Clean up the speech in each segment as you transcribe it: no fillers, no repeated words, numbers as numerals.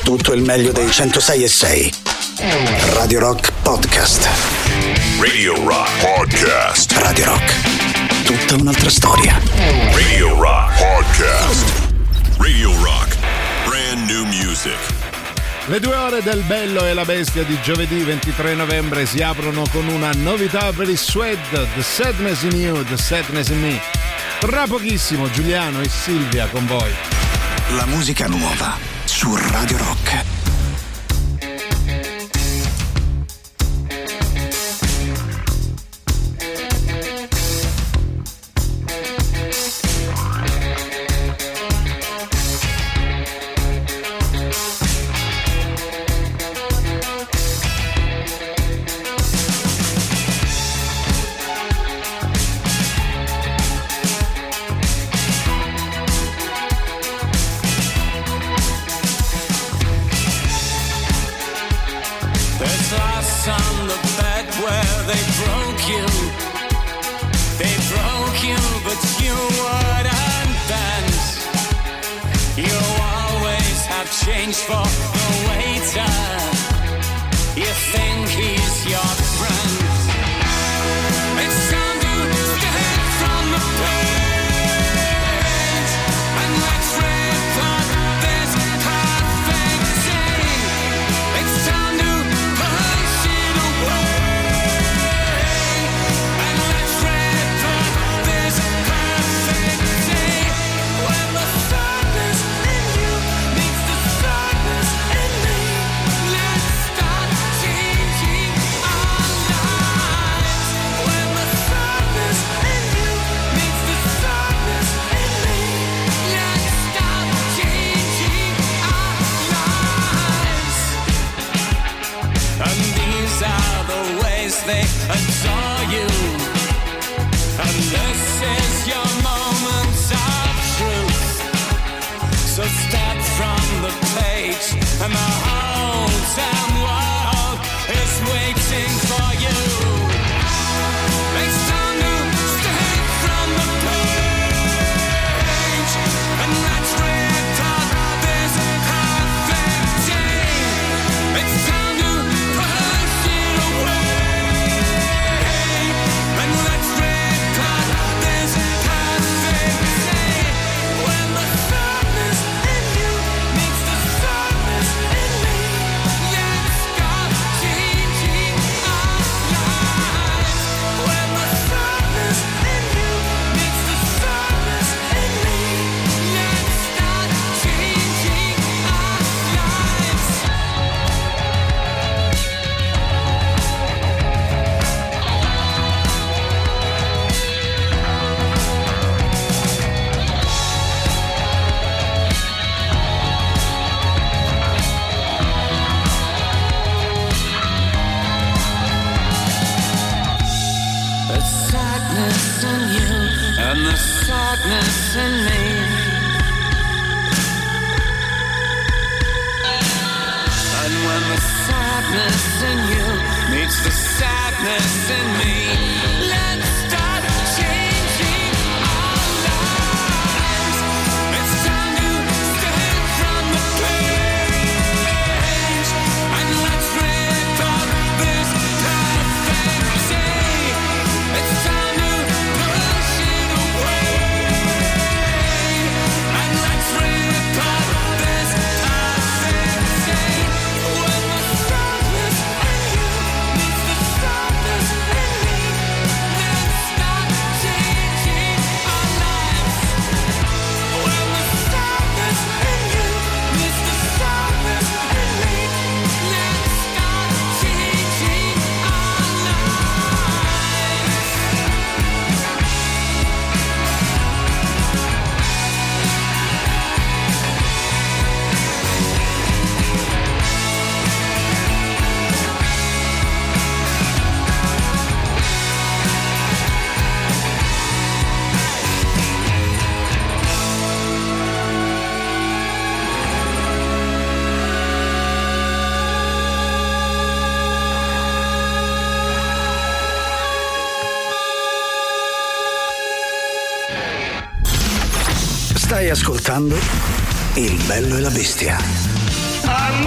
tutto il meglio dei 106.6. Radio Rock Podcast. Radio Rock Podcast. Radio Rock. Tutta un'altra storia. Radio Rock Podcast. Radio Rock. Brand new music. Le 2 ore del Bello e la Bestia di giovedì 23 novembre si aprono con una novità per i Suede, The Sadness in You, The Sadness in Me. Tra pochissimo Giuliano e Silvia con voi. La musica nuova su Radio Rock. Change for the waiter. You think he's your friend. It's time to step from the page and let's rip up this perfect day. It's time to push it away and let's rip up this perfect day. When the sadness in you meets the sadness in me, let's start changing our lives. When the sadness in you meets the sadness in me, let's start changing our lives. And these are the ways they adore you, and this is your moment of truth. So step from the page and the whole damn world is waiting for you. It's time to step from the page and let's rip up this perfect day. It's time to push it away and let's rip up this perfect day. When the sadness in you meets the sadness in me, let's start changing our lives. When the sadness in you meets the sadness in me, let's start changing our lives. The sadness in you and the sadness in me. And when the sadness in you meets the sadness in me, let's start changing our lives. It's time to step from the page and let's rip up this perfect day. It's time to push it away and let's rip up this perfect day. When the sadness in you meets the sadness in me, let's start changing our lives. When the sadness in you meets the sadness in me, let's start changing our lives. Stai ascoltando Il Bello e la Bestia. I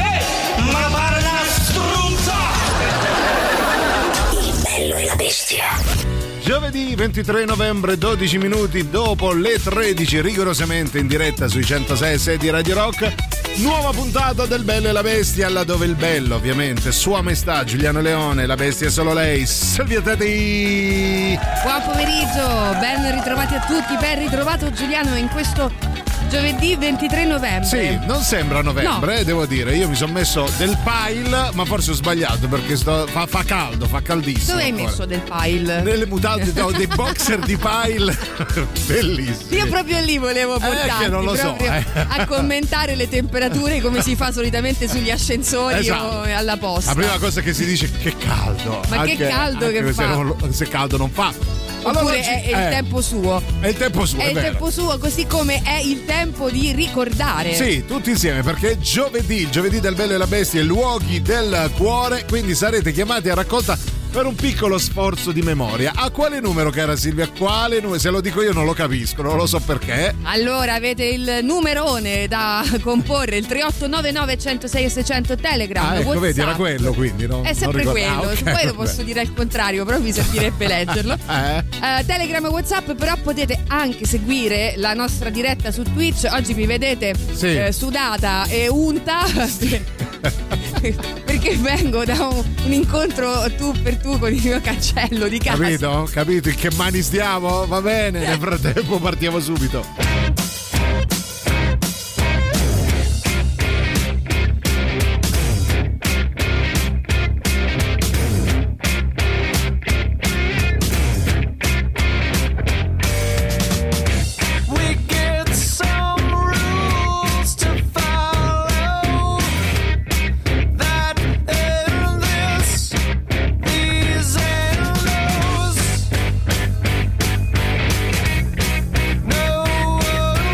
Giovedì 23 novembre, 12 minuti dopo le 13, rigorosamente in diretta sui 106.6 di Radio Rock. Nuova puntata del Bello e la Bestia, laddove il bello, ovviamente, Sua Maestà Giuliano Leone, la bestia è solo lei, Silvia Teti. Buon pomeriggio, ben ritrovati a tutti, ben ritrovato Giuliano in questo giovedì 23 novembre. Sì, non sembra novembre, No. devo dire. Io mi sono messo del pile, ma forse ho sbagliato perché fa caldo, fa caldissimo. Dove hai ancora. messo del pile? Nelle mutande, no, dei boxer di pile. Bellissimi. Io proprio lì volevo portarti che non lo so, proprio a commentare le temperature come si fa solitamente sugli ascensori Esatto. o alla posta. La prima cosa che si dice è che caldo. Ma che caldo che fa. Se caldo non fa. Oppure Allora, è il tempo suo. È il tempo suo, È il vero. tempo suo, così come è il tempo di ricordare. Sì, tutti insieme, perché è giovedì, il giovedì del Bello e la Bestia, luoghi del cuore, quindi sarete chiamati a raccolta per un piccolo sforzo di memoria. A quale numero, cara Silvia? Quale numero? Se lo dico io non lo capisco, non lo so perché. Allora avete il numerone da comporre, il 3899 106 600 Telegram. Ah, ecco, WhatsApp. vedi, era quello, quindi no? È sempre non quello, ricordo. Ah, ok, poi lo vabbè. posso dire al contrario, però mi servirebbe leggerlo. Telegram e WhatsApp, però potete anche seguire la nostra diretta su Twitch. Oggi mi vedete Sì. sudata e unta perché vengo da un incontro tu per tu con il mio cancello di casa. Capito? Capito? In che mani stiamo? Va bene, nel frattempo partiamo subito. We get some rules to follow that in this, these and those. No one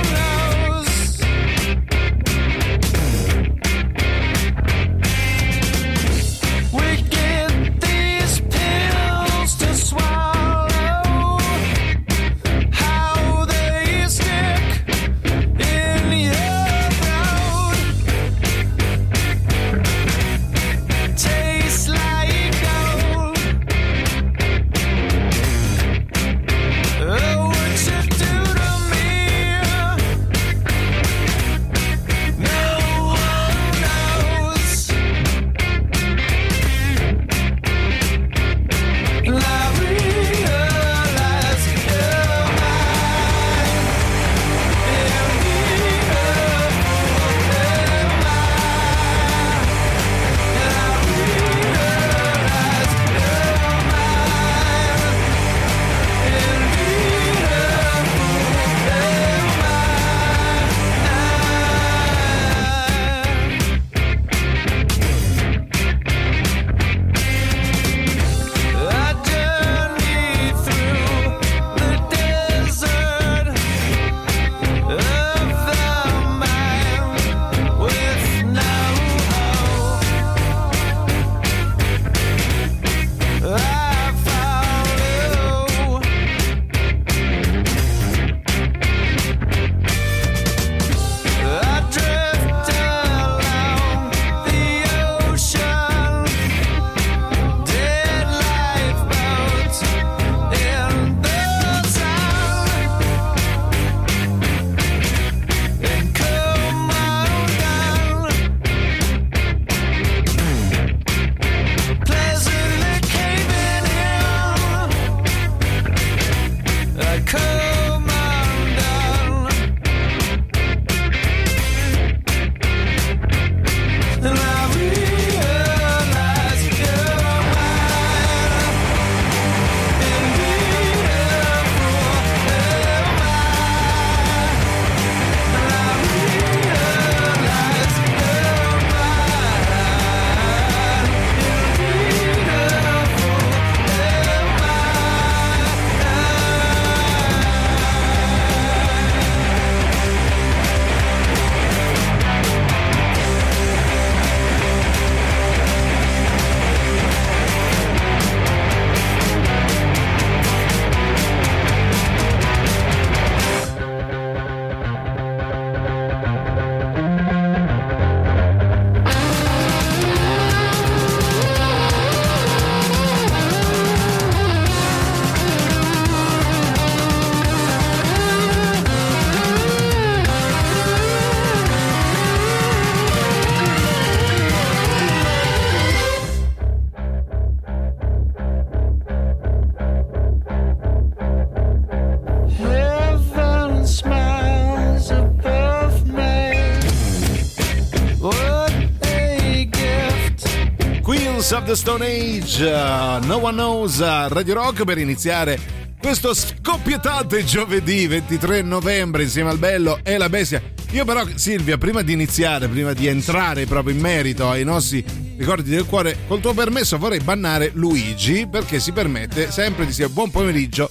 Queens of the Stone Age, No One Knows, Radio Rock, per iniziare questo scoppiettante giovedì 23 novembre insieme al Bello e la Bestia. Io però, Silvia, prima di iniziare, prima di entrare proprio in merito ai nostri ricordi del cuore, col tuo permesso vorrei bannare Luigi, perché si permette sempre di dire buon pomeriggio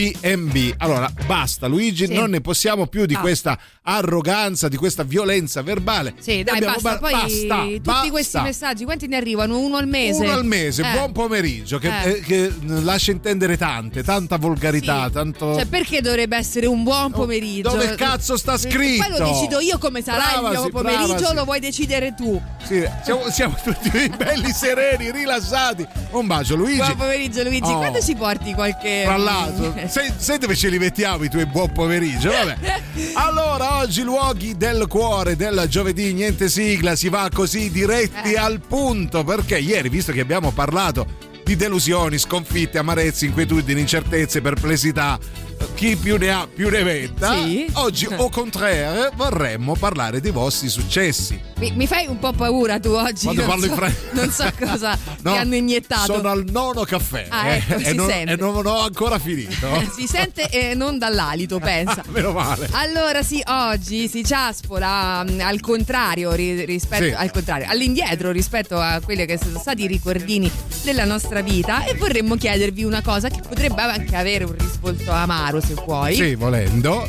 B&B. Allora basta Luigi, sì. Non ne possiamo più di questa arroganza, di questa violenza verbale. Sì, dai, basta. Poi tutti questi messaggi, quanti ne arrivano? Uno al mese? Uno al mese, buon pomeriggio, che lascia intendere tanta volgarità, sì. tanto. Cioè, perché dovrebbe essere un buon pomeriggio? Dove cazzo sta scritto? Poi lo decido io come sarà il mio pomeriggio, lo vuoi decidere tu? Sì, siamo tutti belli sereni, rilassati. Un bacio Luigi. Buon pomeriggio Luigi, quando ci porti qualche... Tra l'altro, sai dove ce li mettiamo i tuoi buon pomeriggio? Vabbè. Allora, oggi luoghi del cuore del giovedì, niente sigla, si va così diretti al punto, perché ieri, visto che abbiamo parlato di delusioni, sconfitte, amarezze, inquietudini, incertezze, perplessità, chi più ne ha più ne metta, sì. Oggi au contraire vorremmo parlare dei vostri successi. Mi fai un po' paura tu oggi. Quando parlo in francese, non so cosa no, ti hanno iniettato. Sono al nono caffè ecco, e non ho ancora finito. Si sente non dall'alito, pensa. Meno male. Allora sì, oggi si ciaspola al contrario rispetto sì. al contrario, all'indietro rispetto a quelli che sono stati i ricordini della nostra vita, e vorremmo chiedervi una cosa che potrebbe anche avere un risvolto amaro, se vuoi. Sì, volendo.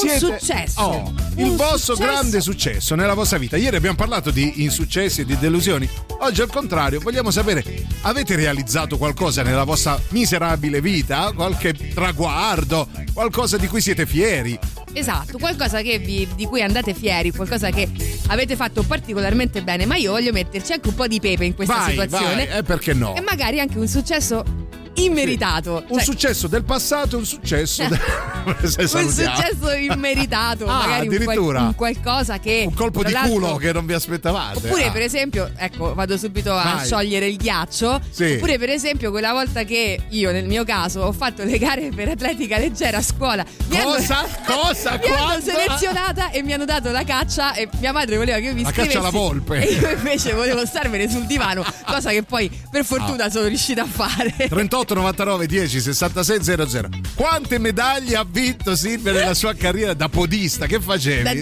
Successo. Il vostro successo. grande successo nella vostra vita. Ieri abbiamo parlato di insuccessi e di delusioni. Oggi al contrario vogliamo sapere: avete realizzato qualcosa nella vostra miserabile vita? Qualche traguardo? Qualcosa di cui siete fieri? Esatto, qualcosa di cui andate fieri, qualcosa che avete fatto particolarmente bene. Ma io voglio metterci anche un po' di pepe in questa situazione. Vai, perché no? E magari anche un successo immeritato. Un successo del passato e un successo un successo immeritato, magari addirittura un qualcosa che un colpo di culo che non vi aspettavate. Oppure per esempio, ecco, vado subito a sciogliere il ghiaccio. Sì. Oppure per esempio quella volta che io nel mio caso ho fatto le gare per atletica leggera a scuola. Cosa? Mi hanno selezionata e mi hanno dato la caccia, e mia madre voleva che io mi iscrivessi. La caccia alla volpe. E io invece volevo starmene sul divano, cosa che poi per fortuna sono riuscita a fare. 38 99 10 66 00. Quante medaglie ha vinto Silvia nella sua carriera da podista? Che facevi? Da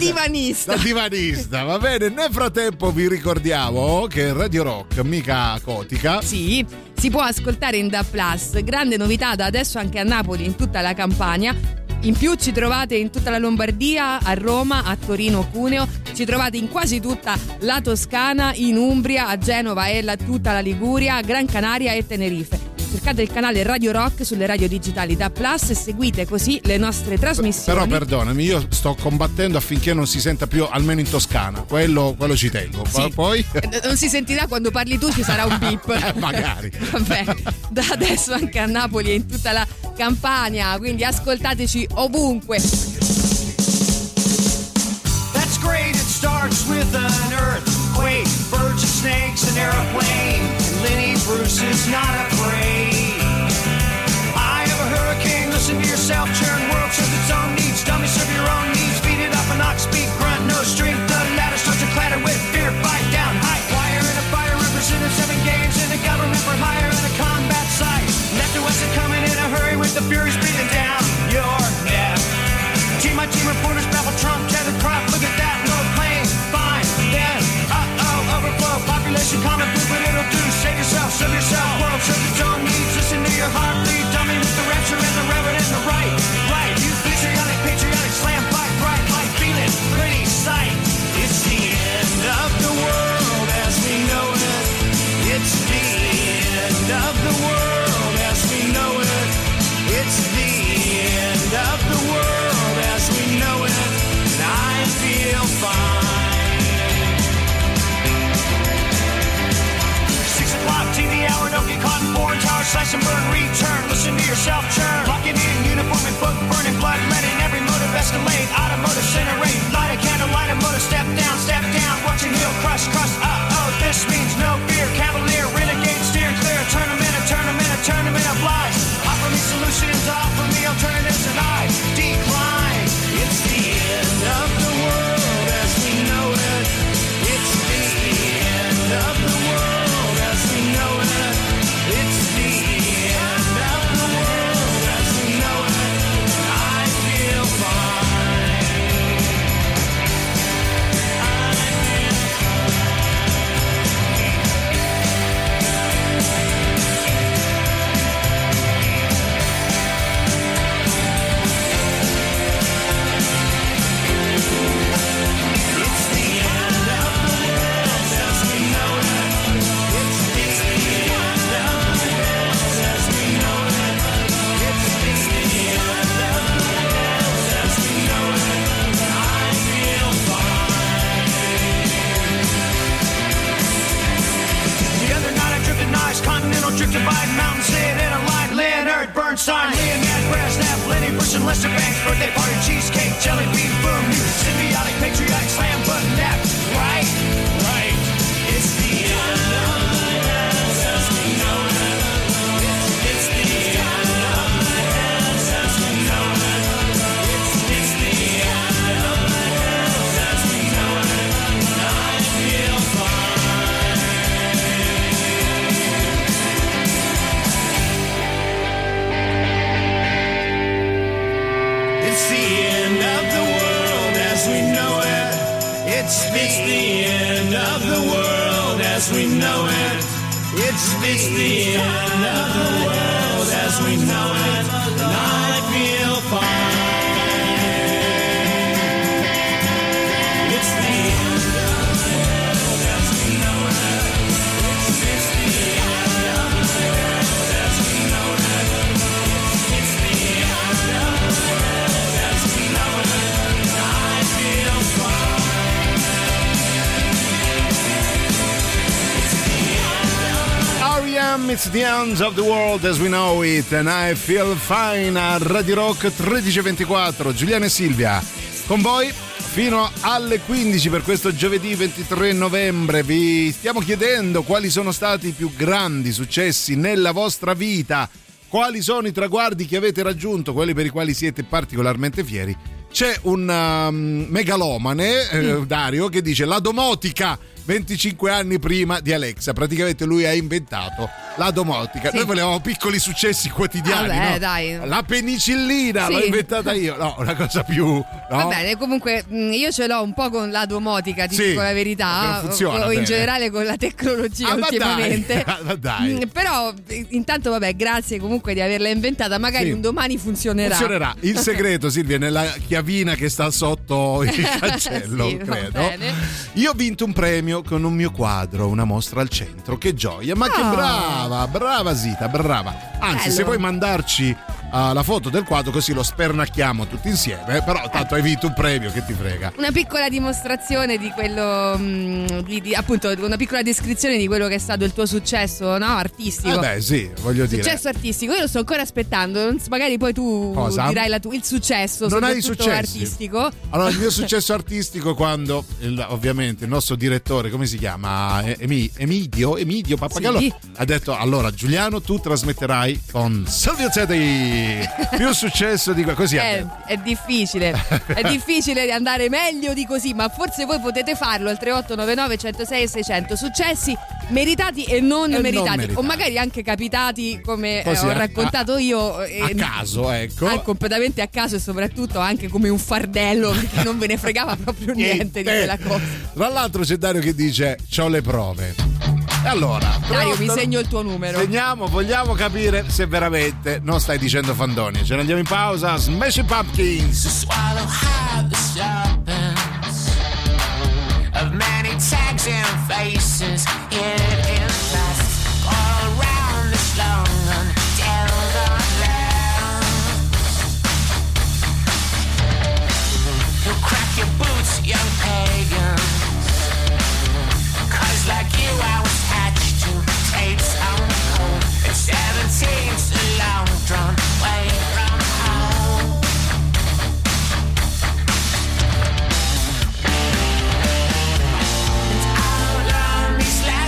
divanista, va bene. Nel frattempo vi ricordiamo che Radio Rock, mica Cotica, sì, si può ascoltare in DAB+, grande novità da adesso anche a Napoli, in tutta la Campania. In più ci trovate in tutta la Lombardia, a Roma, a Torino, Cuneo, ci trovate in quasi tutta la Toscana, in Umbria, a Genova e tutta la Liguria, Gran Canaria e Tenerife. Cercate il canale Radio Rock sulle radio digitali DAB+ e seguite così le nostre trasmissioni. Però perdonami, io sto combattendo affinché non si senta più, almeno in Toscana. Quello ci tengo. Sì. Poi non si sentirà quando parli tu, ci sarà un beep. Magari. Vabbè, da adesso anche a Napoli e in tutta la Campania, quindi ascoltateci ovunque. That's great, it starts with an earthquake, birds and snakes, an airplane, and Lenny Bruce is not afraid. I have a hurricane, listen to yourself, churn, world serves its own needs, dummy serve your own needs, feed it up an ox, speak, grunt, no strength, the ladder starts to clatter with fear, fight down, high wire and a fire, represented 7 games in a government for hire and a combat site, left to west and coming in a hurry with the furies breathing down your neck. Team my team reporters babble Trump, tear the crop, look at that, no plane, fine, then, overflow, population common food, but it'll do, save yourself, serve yourself, world serves its own needs, listen to your heartbeat, dummy with the rapture and the reverend and the right, you patriotic, slam, fight, bright, light, feeling, pretty sight, it's the end of the world as we know it, it's the end of the world as we know it, it's the end of the world as we know it, and I feel fine. 6 o'clock, TV hour, don't get caught in foreign tower, slash and burn, return, listen to yourself churn, locking in, uniform and book, burning blood, letting every motive escalate, automotive incinerate, light a candle, light a motor, step down, watching heel crush, this means no fear, cavalier, renegade, steer clear, a tournament of lies, offer me solutions, offer me alternatives, and I decline, it's the end of the world as we know it, it's the end of the world as we know it. Divide Mountain, Sid, and a line. Leonard Bernstein, Leonard Brasnap, Lenny Bruce, and Lester Banks. Birthday party, cheesecake, jelly bean, boom. Symbiotic, patriotic, slam button, nap. Right, right. It's the end of the dance as we know it. It's the end of the dance as we know it. It's the end of the dance as we know it. I feel fine. It's the end of the world as we know it. It's the end of the world as we know it. It's the end of the world as we know it. And I feel fine. It's the end of the world as we know it. It's the end of the world as we know it. It's the end of the world as we know it. And I feel fine. R.E.M. It's the end of the world as we know it and I feel fine a Radio Rock 13:24. Giuliano e Silvia con voi fino alle 15 per questo giovedì 23 novembre. Vi stiamo chiedendo quali sono stati i più grandi successi nella vostra vita, quali sono i traguardi che avete raggiunto, quelli per i quali siete particolarmente fieri. C'è un megalomane, Dario, che dice la domotica 25 anni prima di Alexa. Praticamente lui ha inventato la domotica. Sì. Noi volevamo piccoli successi quotidiani. Vabbè, no? dai. La penicillina Sì. l'ho inventata io. No, una cosa più. No? Va bene, comunque io ce l'ho un po' con la domotica, ti Sì, dico la che verità, non funziona o in bene. generale con la tecnologia Ah, ma ultimamente. dai, ma dai. Però intanto vabbè, grazie comunque di averla inventata, magari Sì. un domani funzionerà. Funzionerà. Il segreto, Silvia, è nella chiavina che sta sotto il cancello, Sì, va credo. bene. Io ho vinto un premio con un mio quadro, una mostra al centro. Che gioia, ma che Ah. brava Sita, brava. Anzi, Bello. se vuoi mandarci la foto del quadro così lo spernacchiamo tutti insieme, però tanto hai vinto un premio, che ti frega. Una piccola dimostrazione di quello, appunto, una piccola descrizione di quello che è stato il tuo successo, no? Artistico. Beh, sì, voglio dire. Successo artistico, io lo sto ancora aspettando. Magari poi tu Cosa? dirai il successo, Non hai soprattutto successi? artistico. Allora, il mio successo artistico è quando ovviamente il nostro direttore, come si chiama? Emidio Pappagallo, Sì. ha detto: allora Giuliano, tu trasmetterai con Silvio Zeddy. Più successo di così. ha detto. È difficile andare meglio di così, ma forse voi potete farlo al 3899 106 e 600. Successi meritati e non meritati, o magari anche capitati, come Così, ho raccontato io, A caso, ecco. completamente a caso, e soprattutto anche come un fardello, perché non ve ne fregava proprio niente di quella cosa. Tra l'altro c'è Dario che dice: c'ho le prove. E allora, Dario, pronto? mi segno il tuo numero. Segniamo, vogliamo capire se veramente non stai dicendo fandonia. Ce ne andiamo in pausa. Smashing Pumpkins. Swallow hard the serpents of many tags and faces hid in dust all around this long undeveloped land. You'll crack your boots, young pagans, 'cause like you I was hatched to taste on cold. At 17's a long drawn way from home. And all on these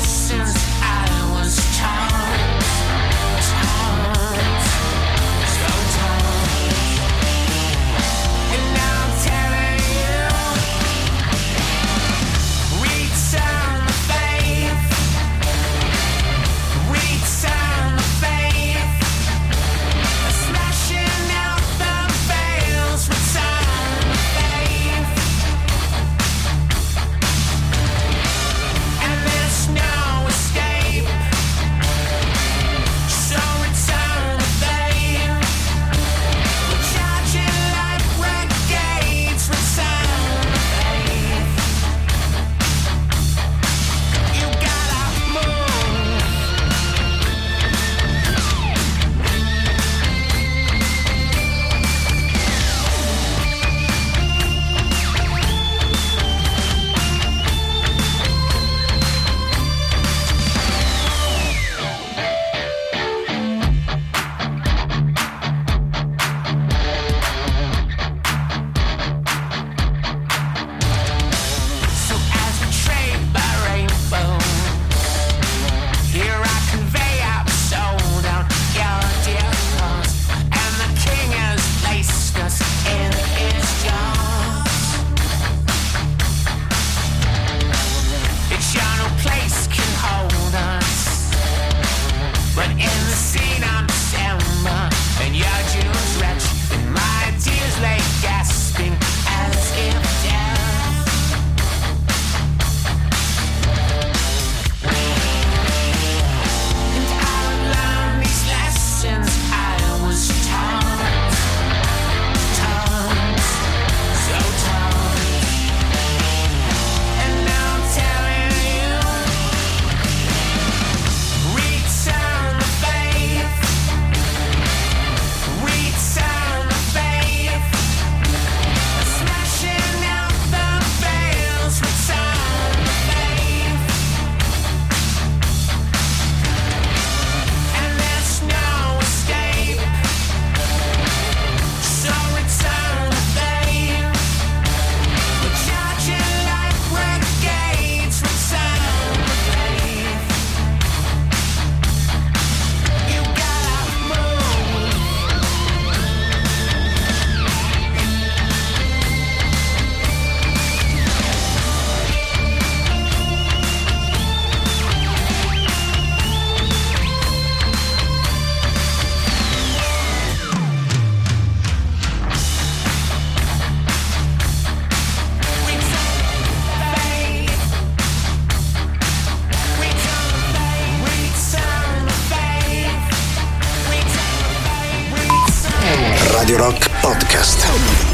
Radio Rock Podcast.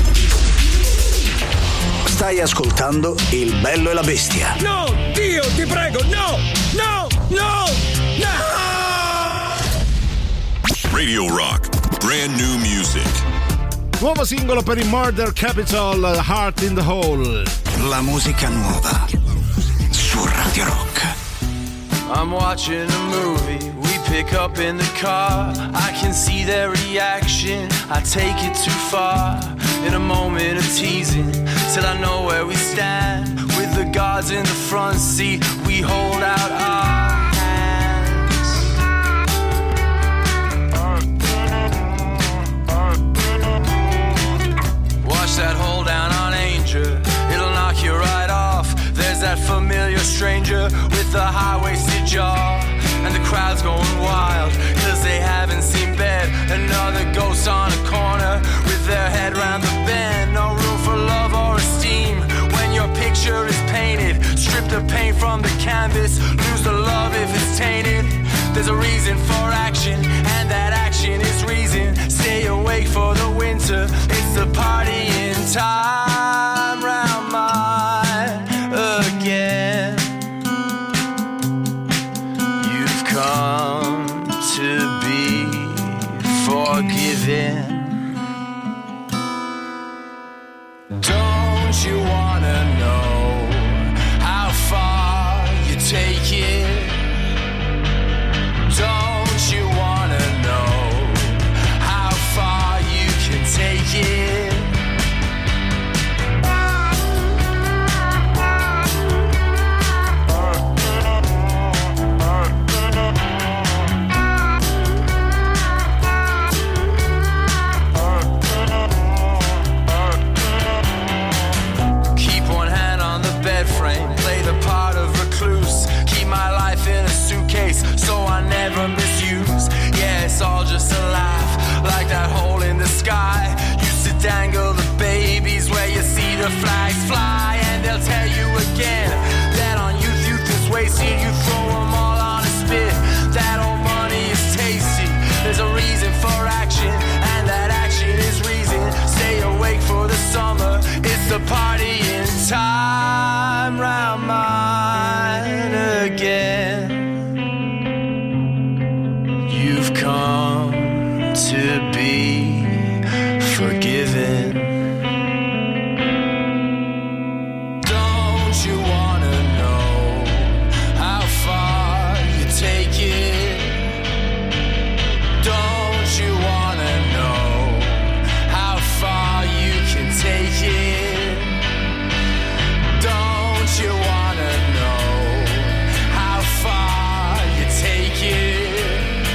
Stai ascoltando Il Bello e la Bestia. No, Dio, ti prego, no, no, no, no! Radio Rock, brand new music. Nuovo singolo per i Murder Capital, Heart in the Hole. La musica nuova su Radio Rock. I'm watching a movie, we pick up in the car. I can see their reaction, I take it too far. In a moment of teasing, till I know where we stand. With the guards in the front seat, we hold out our hands. Watch that hold down on Angel, it'll knock you right off. There's that familiar stranger with the high-waisted jaw. And the crowd's going wild, cause they haven't seen bed. Another ghost on a corner with their head round the bend. No room for love or esteem when your picture is painted. Strip the paint from the canvas, lose the love if it's tainted. There's a reason for action, and that action is reason. Stay awake for the winter, it's the party in time. Round mine again. You've come to be forgiven. Don't you wanna know how far you take it? Don't you wanna know how far you can take it? Keep one hand on the bed frame, play the part of recluse. Keep my life in a suitcase so I never misuse. Yeah, it's all just a laugh, like that hole in the sky. Used to dangle the babies where you see the flags fly. And they'll tell you again that on youth is wasted. You throw them all on a spit, that old money is tasty. There's a reason for action, and that action is reason. Stay awake for the summer, it's the party in time. Round mine again. You've come to be forgiven. Don't you wanna know how far you take it? Don't you wanna know how far you can take it? Don't you wanna know how far you take it?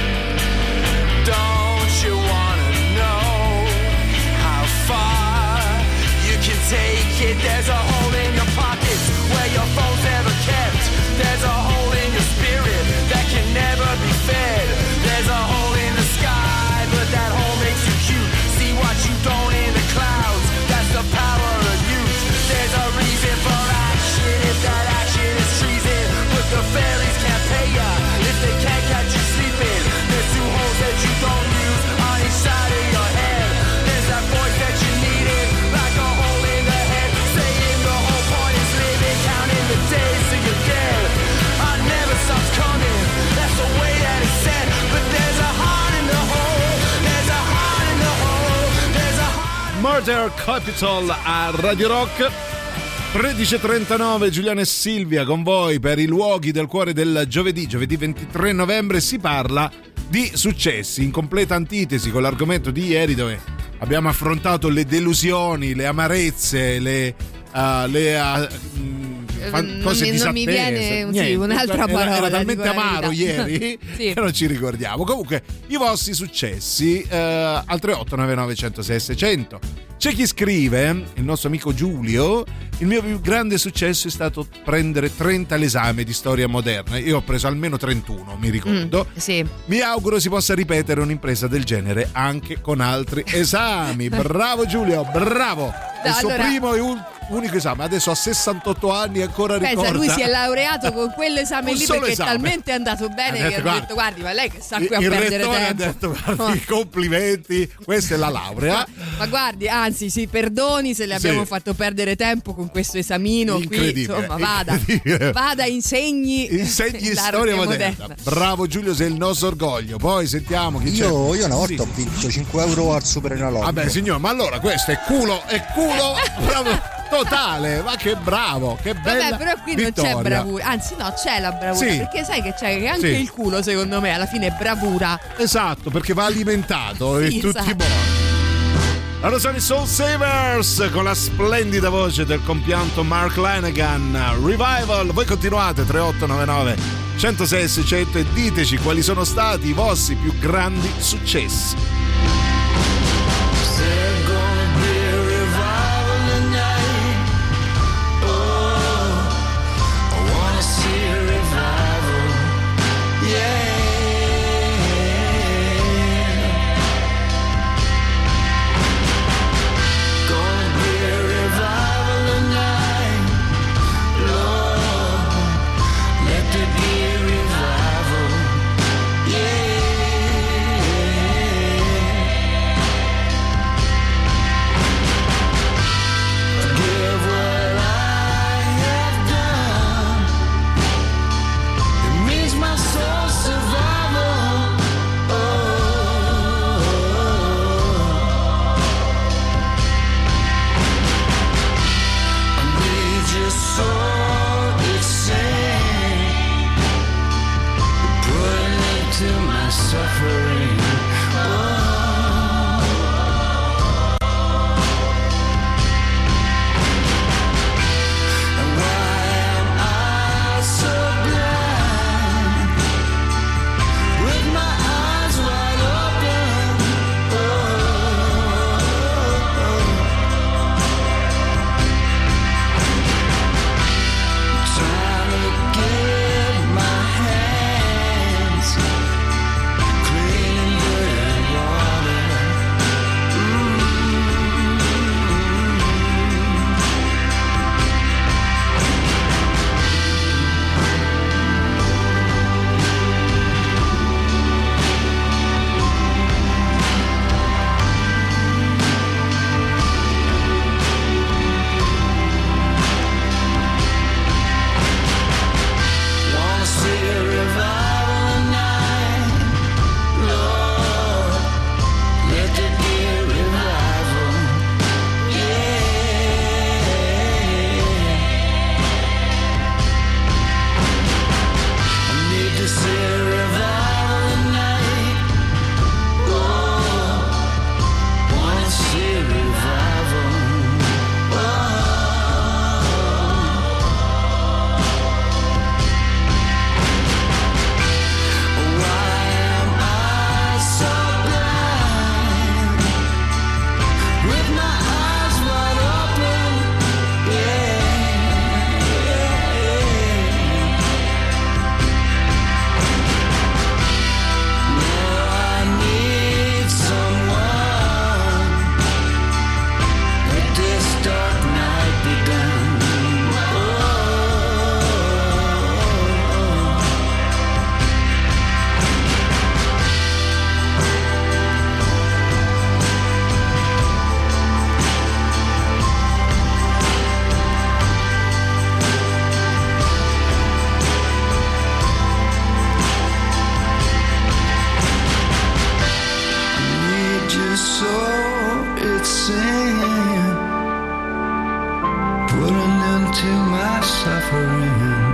Don't you wanna know how far you can take it? There's a hole in your pockets where your phone's never kept. There's a hole in your spirit that can never be fed. There's a hole in the sky, but that hole makes you cute. See what you don't in the clouds, that's the power of youth. There's a reason for action, if that action is treason. But the fairies can't pay ya if they can't catch you sleeping. There's two holes that you don't use on each side of your head. There's that voice that you needed, like a hole in the head, saying the whole point is living, counting the days till you're dead. I never stops coming, that's the way that it's said. But there's a heart in the hole, there's a heart in the hole, there's a heart. Murder Capital a Radio Rock. 13.39, Giuliano e Silvia con voi per i luoghi del cuore del giovedì 23 novembre. Si parla di successi, in completa antitesi con l'argomento di ieri, dove abbiamo affrontato le delusioni, le amarezze, cose disattese. Non mi viene Niente, un'altra parola. Era talmente dico la amaro verità. ieri Sì. che non ci ricordiamo. Comunque, i vostri successi al 3899 106 600. C'è chi scrive, il nostro amico Giulio: il mio più grande successo è stato prendere 30 all'esame di storia moderna. Io ho preso almeno 31, mi ricordo. Sì. Mi auguro si possa ripetere un'impresa del genere anche con altri esami. Bravo Giulio, bravo. È il suo Allora, primo unico esame, adesso ha 68 anni e ancora ricorda. Pensa, lui si è laureato con quell'esame Un lì solo perché esame. è talmente andato bene Ha che detto, ha detto guardi, ma lei che sta qui a il perdere rettore tempo. ha detto guardi, complimenti, questa è la laurea. Ma guardi, anzi, si perdoni se le abbiamo fatto perdere tempo con questo esamino qui. Incredibile, Insomma, incredibile. vada, insegni Insegni l'arte storia moderna. Bravo Giulio, sei il nostro orgoglio. Poi sentiamo chi c'è. Io una volta Sì. ho vinto 5 euro al Super Enalotto. Vabbè signor, ma allora questo è culo proprio totale, ma che bravo, che bella. Vabbè, però qui vittoria. non c'è bravura, anzi no, c'è la bravura, Sì. perché sai che c'è che anche Sì. il culo secondo me alla fine è bravura. Esatto, perché va alimentato Sì, in tutti i esatto. modi. Allora sono i Soul Savers con la splendida voce del compianto Mark Lanegan. Revival, voi continuate 3899 106 600 e diteci quali sono stati i vostri più grandi successi. There's gonna be a revival tonight. Oh, I wanna see a revival. Yeah. Gonna be a revival tonight. Lord, let there be a revival. Yeah. Forgive what I have done. It means my soul's survival. I need your soul, it's saying, put an end to my suffering. And why am I so blind? With my eyes wide open. Trying to get my hands clean, good and water. Wanna see a revival tonight, Lord. Let there be a revival, yeah. I need to see a revival tonight, Lord. Wanna see a revival, Why am I so blind? With my eyes wide open, Now I need someone. Let this dark night be done. Need your soul, it's saying, put an end to my suffering.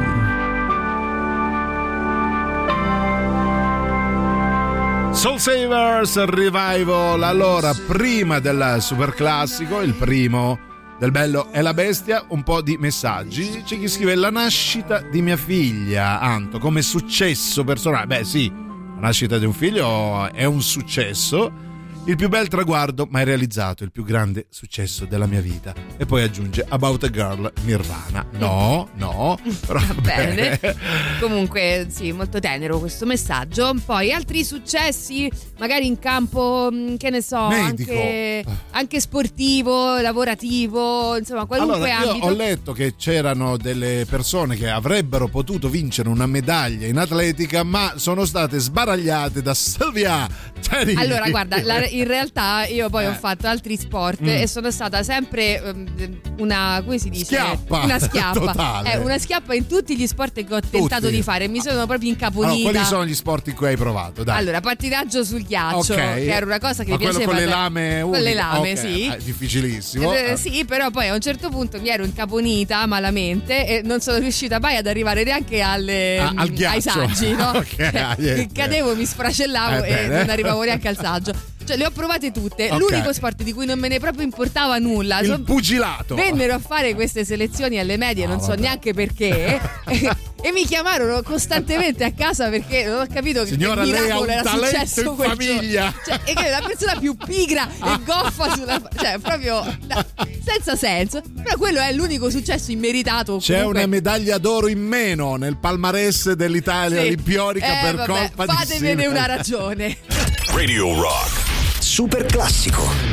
Soul Savers Revival. Allora, prima del super classico, il primo del Bello e la Bestia, un po' di messaggi. C'è chi scrive: la nascita di mia figlia, Anto, come successo personale. Beh sì, la nascita di un figlio è un successo. il più bel traguardo mai realizzato, il più grande successo della mia vita. E poi aggiunge About a Girl Nirvana. No, però Va bene. Comunque sì, molto tenero questo messaggio. Poi altri successi magari in campo, che ne so, medico, anche sportivo, lavorativo, insomma qualunque allora, io ambito. ho letto che c'erano delle persone che avrebbero potuto vincere una medaglia in atletica, ma sono state sbaragliate da Silvia Teddy. Allora guarda, in realtà io poi ho fatto altri sport e sono stata sempre una, come si dice? Schiappa. Una schiappa. Totale. Una schiappa in tutti gli sport che ho tentato Tutti. di fare. Mi sono proprio incaponita. Allora, quali sono gli sport in cui hai provato? Dai. Allora, pattinaggio sul ghiaccio, Ok. che era una cosa che Ma mi quello piaceva. con le lame con le uniche? lame, Ok, sì. difficilissimo. Sì, però poi a un certo punto mi ero incaponita malamente e non sono riuscita mai ad arrivare neanche al ai ghiaccio. saggi, no? Ok, Cioè, cadevo, mi sfracellavo e bene. non arrivavo neanche al saggio. Cioè, le ho provate tutte. Ok. L'unico sport di cui non me ne proprio importava nulla. Il pugilato. Vennero a fare queste selezioni alle medie, non so vabbè. neanche perché. E mi chiamarono costantemente a casa perché non ho capito Signora, che lei ha miracolo un era talento successo in quel famiglia. giorno. Cioè, e che è la persona più pigra e goffa sulla cioè proprio senza senso. Però quello è l'unico successo immeritato. C'è comunque. una medaglia d'oro in meno nel palmarès dell'Italia Sì. olimpionica per vabbè, colpa di fatevene Silvia. una ragione. Radio Rock. Super classico.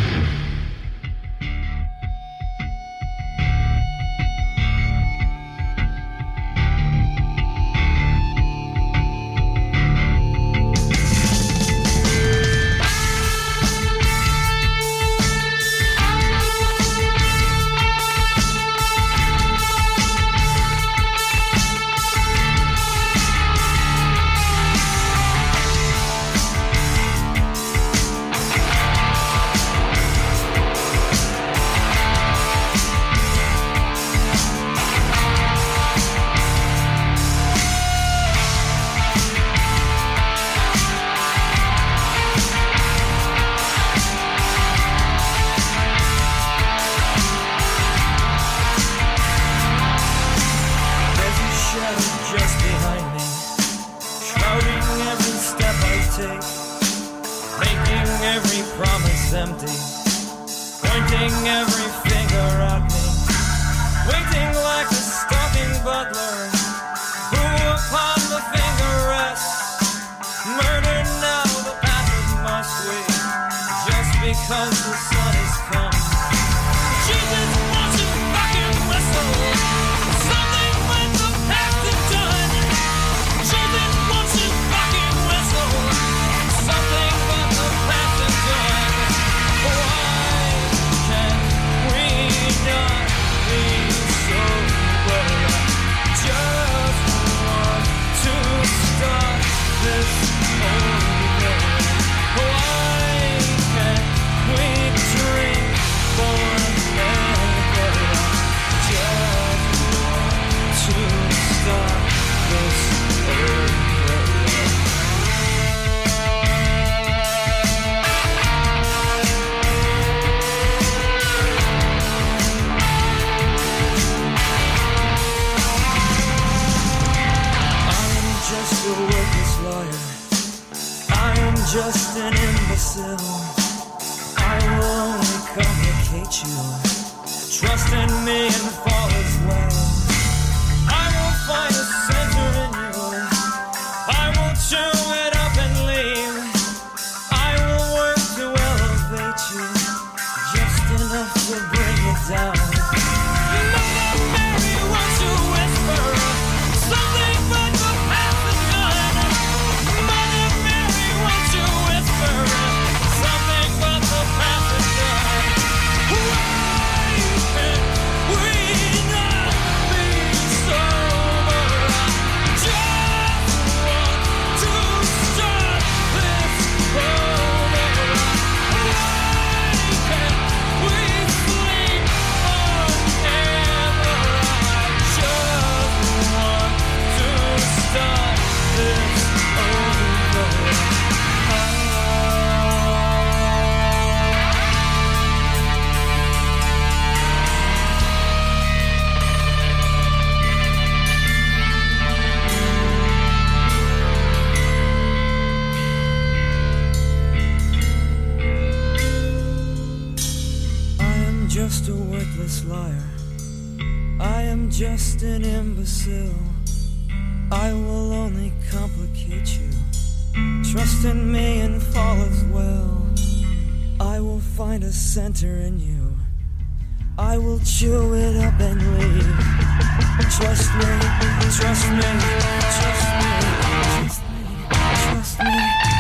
There's a shadow just behind me, shrouding every step I take, making every promise empty, pointing every finger at me, waiting like a stalking butler, who upon the finger rests, murder now the path must wait, just because the sun has come. Jesus wants to fucking whistle. Something when the past is done. Jesus wants to fucking whistle. Something when the past is done. Why can't we not be sober? Just want to stop this over. Why can't we drink forever? Just want to stop this over. I'm just a worthless lawyer. I am just an imbecile. I will only complicate you. Trust in me and fall as well. I will find a center in you. I will chew it up and leave. I will work to elevate you, just enough to bring you down. Mother Mary wants to whisper something, but the past is done. Mother Mary wants to whisper something, but the past is done. Why can't we not be sober? Just want to just an imbecile. I will only complicate you. Trust in me and fall as well. I will find a center in you. I will chew it up and leave. Trust me, trust me, trust me, trust me, trust me.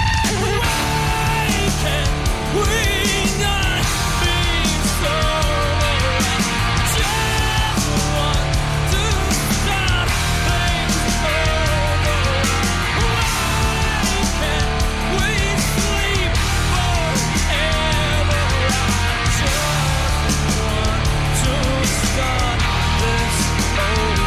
Why can't we not be sober? Just want to start things over. Why can't we sleep forever? I just want to start this over.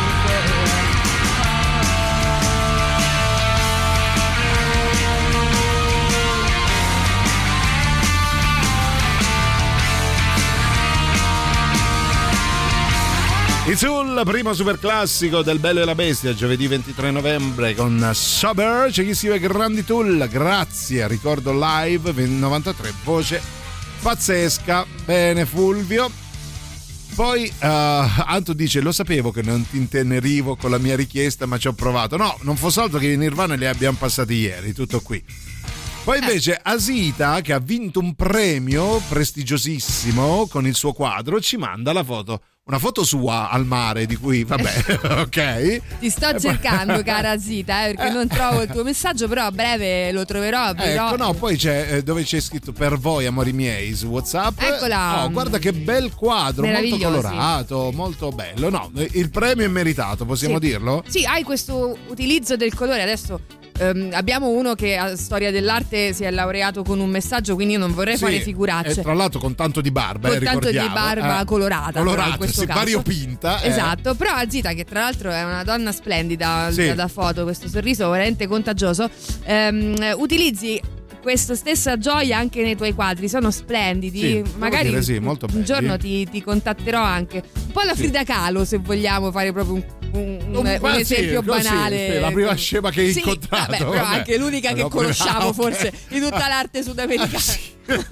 It's All, primo super classico del Bello e la Bestia, giovedì 23 novembre con Sober. C'è chi scrive grandi Tool, grazie, ricordo live 93, voce pazzesca. Bene Fulvio. Poi Anto dice: lo sapevo che non ti intenerivo con la mia richiesta, ma ci ho provato. No, non fosse altro che i Nirvana li abbiamo passati ieri, tutto qui. Poi invece Asita, che ha vinto un premio prestigiosissimo con il suo quadro, ci manda la foto. Una foto sua al mare, di cui vabbè, ok. Ti sto cercando, cara Zita, perché non trovo il tuo messaggio, però a breve lo troverò. Ecco, no, poi c'è dove c'è scritto per voi, amori miei, su WhatsApp. Eccola. Oh, guarda che bel quadro, molto colorato, molto bello. No, il premio è meritato, possiamo dirlo? Sì, hai questo utilizzo del colore. Adesso abbiamo uno che a storia dell'arte si è laureato con un messaggio, quindi io non vorrei fare figuracce. E tra l'altro con tanto di barba, con tanto ricordiamo. di barba colorata in questo caso. Variopinta. Esatto, però Azita, che tra l'altro è una donna splendida da foto, questo sorriso veramente contagioso, utilizzi questa stessa gioia anche nei tuoi quadri, sono splendidi. Magari molto un giorno ti contatterò anche. Un po' la Frida Kahlo, se vogliamo fare proprio un esempio banale. Sì, la prima scema che hai incontrato. Vabbè, però anche l'unica che conosciamo forse di tutta l'arte sudamericana.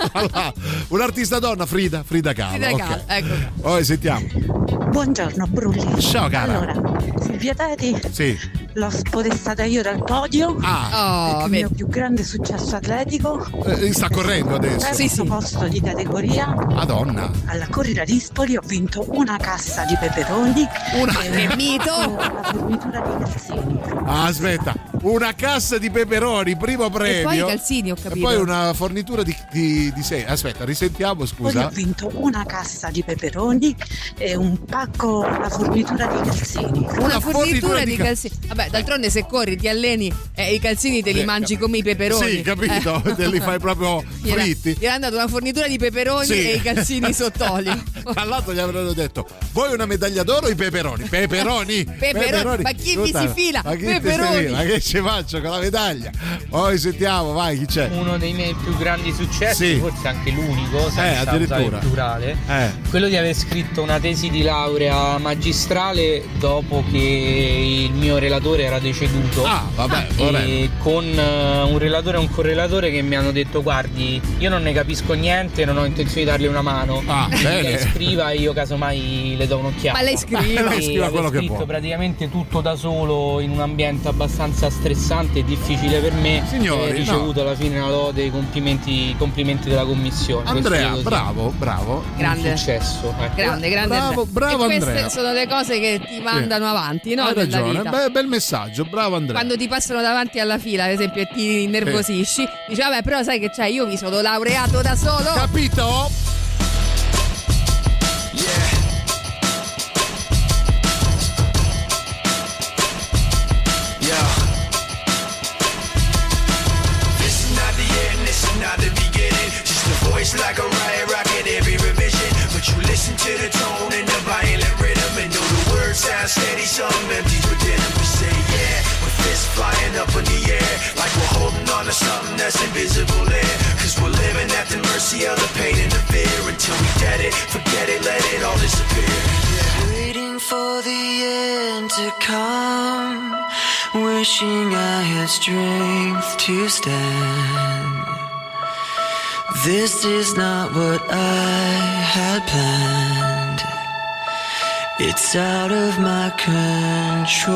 Un'artista donna, Frida Kahlo. Ecco. Poi sentiamo. Buongiorno Brulli. Ciao cara. Allora, Silvia Teti. Sì. L'ho spodestata io dal podio. Il mio più grande successo atletico. Sta correndo adesso. Terzo posto di categoria. Madonna. Alla Corrida Dispoli ho vinto una cassa di peperoni. Che mito! La fornitura di calzini. Aspetta, una cassa di peperoni, primo premio. E poi i calzini, ho capito. E poi una fornitura di sei. Aspetta, risentiamo, scusa. Poi ho vinto una cassa di peperoni e un pacco, la fornitura di calzini. Una fornitura di calzini. Vabbè, d'altronde se corri, ti alleni i calzini te li mangi come i peperoni. Sì, capito? Te li fai proprio fritti. Gli era dato una fornitura di peperoni e i calzini sott'olio. Tra l'altro gli avranno detto: vuoi una medaglia d'oro o i peperoni? Peperoni. Ma chi mi si fila? Peperoni. Ma che ci faccio con la medaglia? Poi sentiamo, vai, chi c'è? Uno dei miei più grandi successi, forse anche l'unico, senza addirittura usare il plurale, quello di aver scritto una tesi di laurea magistrale dopo che il mio relatore era deceduto. E con un relatore e un correlatore che mi hanno detto: guardi, io non ne capisco niente, non ho intenzione di darle una mano. Lei scriva e io casomai le do un'occhiata. Ma lei scriva. Quello che può. Praticamente tutto da solo in un ambiente abbastanza stressante e difficile per me. Signori, ho ricevuto alla fine la lode e i complimenti della commissione. Andrea, bravo. Grande. Un successo. Grande. Bravo e queste Andrea. sono le cose che ti mandano avanti, no? Hai Nella ragione, vita. bel messaggio, bravo Andrea. Quando ti passano davanti alla fila, ad esempio, e ti innervosisci, dici: vabbè, però sai che c'è, io mi sono laureato da solo. Capito? Like a riot rocket every revision, but you listen to the tone and the violent rhythm and know the words sound steady, some empties within them. We say yeah, with fists flying up in the air, like we're holding on to something that's invisible there. Cause we're living at the mercy of the pain and the fear, until we get it, forget it, let it all disappear. Waiting for the end to come, wishing I had strength to stand. This is not what I had planned. It's out of my control.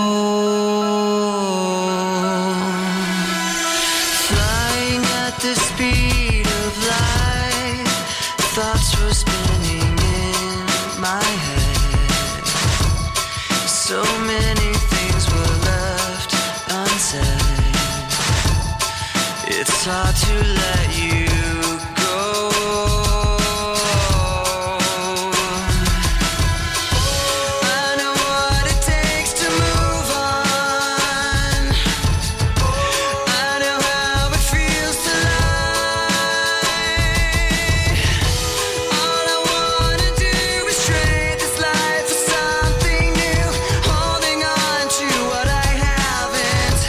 Flying at the speed of light, thoughts were spinning in my head. So many things were left unsaid. It's hard to let you go. I know what it takes to move on. I know how it feels to lie. All I wanna do is trade this life for something new, holding on to what I haven't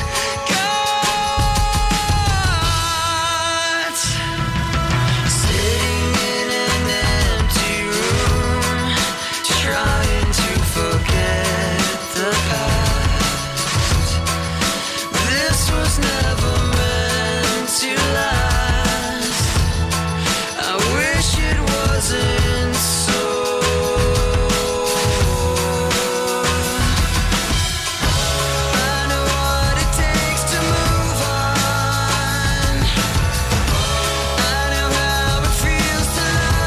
got. Sitting in an empty room, trying to forget the past. This was never meant to last. I wish it wasn't so. I know what it takes to move on. I know how it feels to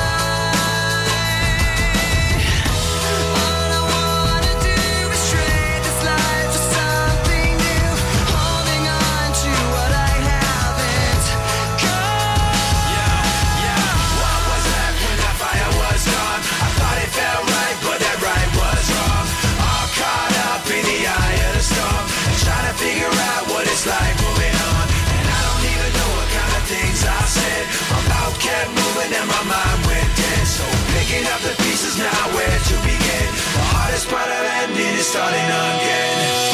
lie. All I wanna do is trade this life for something new, holding on to what I haven't got. What was left when that fire was gone? I thought it felt right, but that right was wrong. All caught up in the eye of the storm, and trying to figure out what it's like moving on. And I don't even know what kind of things I said. My mouth kept moving and my mind went dead. So picking up the pieces now, where to begin? The hardest part of ending is starting again.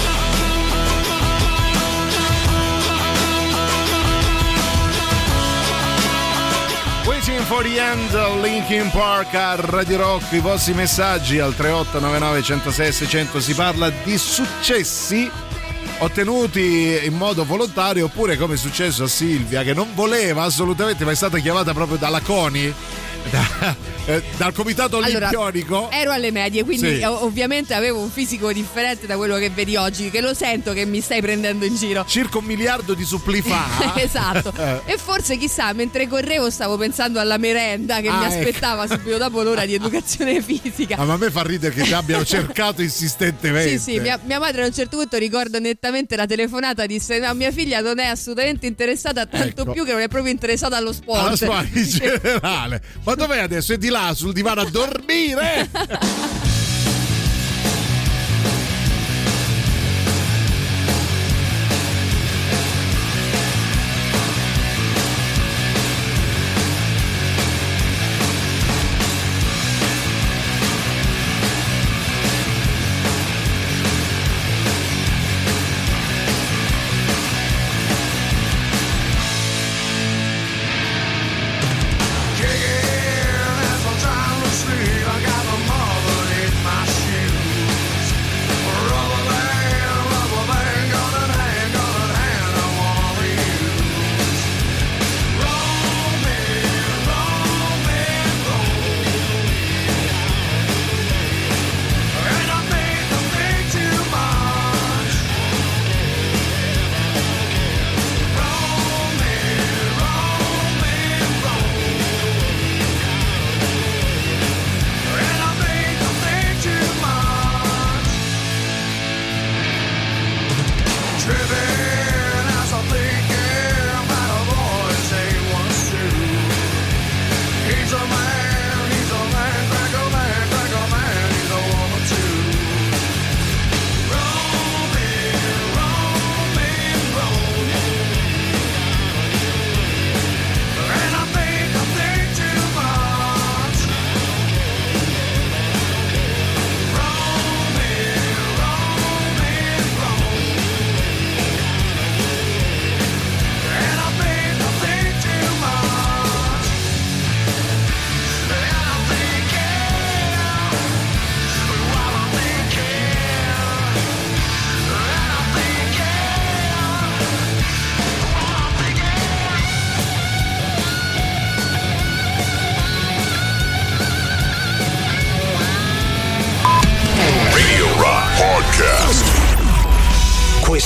Waiting for the End, Linkin Park a Radio Rock. I vostri messaggi al 3899 106 600. Si parla di successi ottenuti in modo volontario, oppure come è successo a Silvia, che non voleva assolutamente, ma è stata chiamata proprio dalla CONI, dal comitato olimpionico. Ero alle medie, quindi Sì. ovviamente avevo un fisico differente da quello che vedi oggi, che lo sento che mi stai prendendo in giro. Circa 1 miliardo di supplì fa. Esatto. E forse chissà, mentre correvo stavo pensando alla merenda che mi ecco. aspettava subito dopo l'ora di educazione fisica. Ma a me fa ridere che ti abbiano cercato insistentemente. Sì, mia madre a un certo punto, ricordo nettamente la telefonata, disse: no, mia figlia non è assolutamente interessata, tanto Ecco. più che non è proprio interessata allo sport. Alla scuola in generale. Ma dov'è adesso? È di là sul divano a dormire? Kicking as I'm trying to sleep. I got my mother in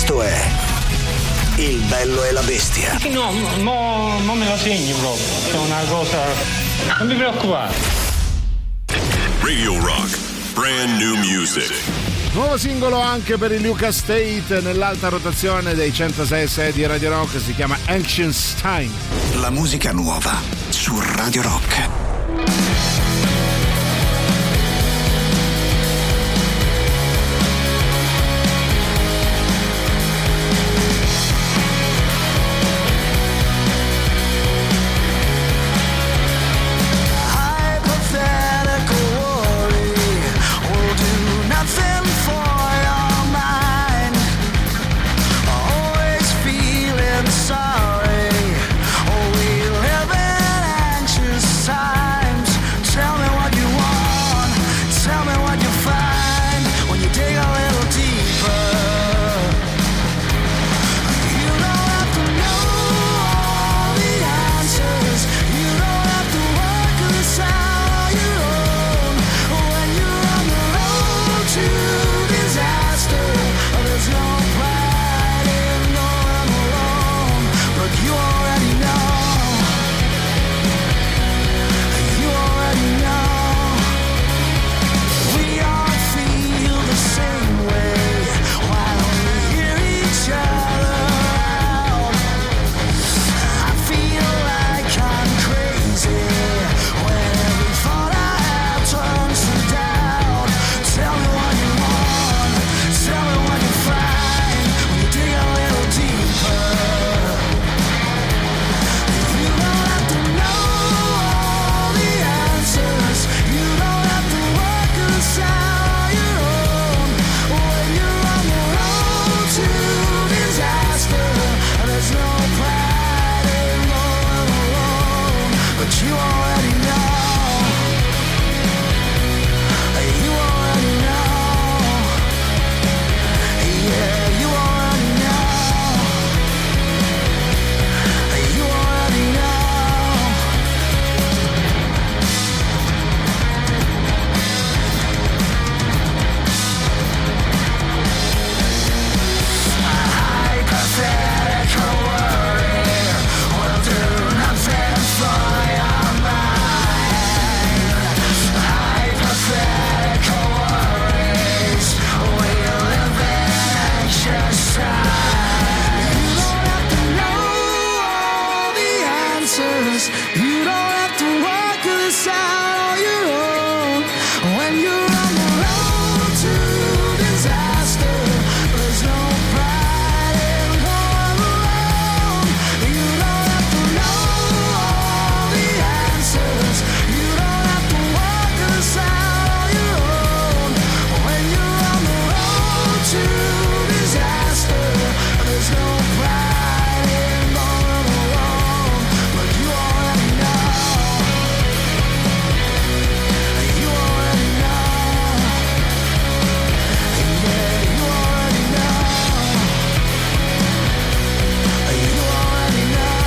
Questo è Il Bello e la Bestia. No, non me la segni proprio. È una cosa. Non mi preoccupare. Radio Rock, brand new music. Nuovo singolo anche per il Luca State nell'alta rotazione dei 106.6 di Radio Rock, si chiama Ancient Time. La musica nuova su Radio Rock. Hypothetical worry will do nothing for your mind. Always feeling sorry. We live in anxious times. Tell me what you want. Tell me what you find when you dig a little deeper. You don't have to know all the answers. You don't have to work this out your own. When you're on the road to disaster, there's no pride in going alone. But you already know. You already know. We all feel the same way. Why don't we hear each other out? I feel like I'm crazy when every thought I have turns to doubt. Tell me what you want, tell me what you find when you dig a little deeper. You don't have to know all the answers. You don't have to work this out your own. When you're on the road to disaster, there's no pride in going alone. But you already know. You already know. Yeah, you already know. You already know. Hypothetical worry will do nothing for your mind. Hypothetical worries, we live in anxious times. You don't have to know all the answers. You don't have to work this out on your own. When you're on the road to disaster, there's no pride in going alone. You don't have to know all the answers. You don't have to work this out on your own. When you're on the road to disaster, there's no pride in going alone. But you already know. You already know. Yeah, you already know. You already know.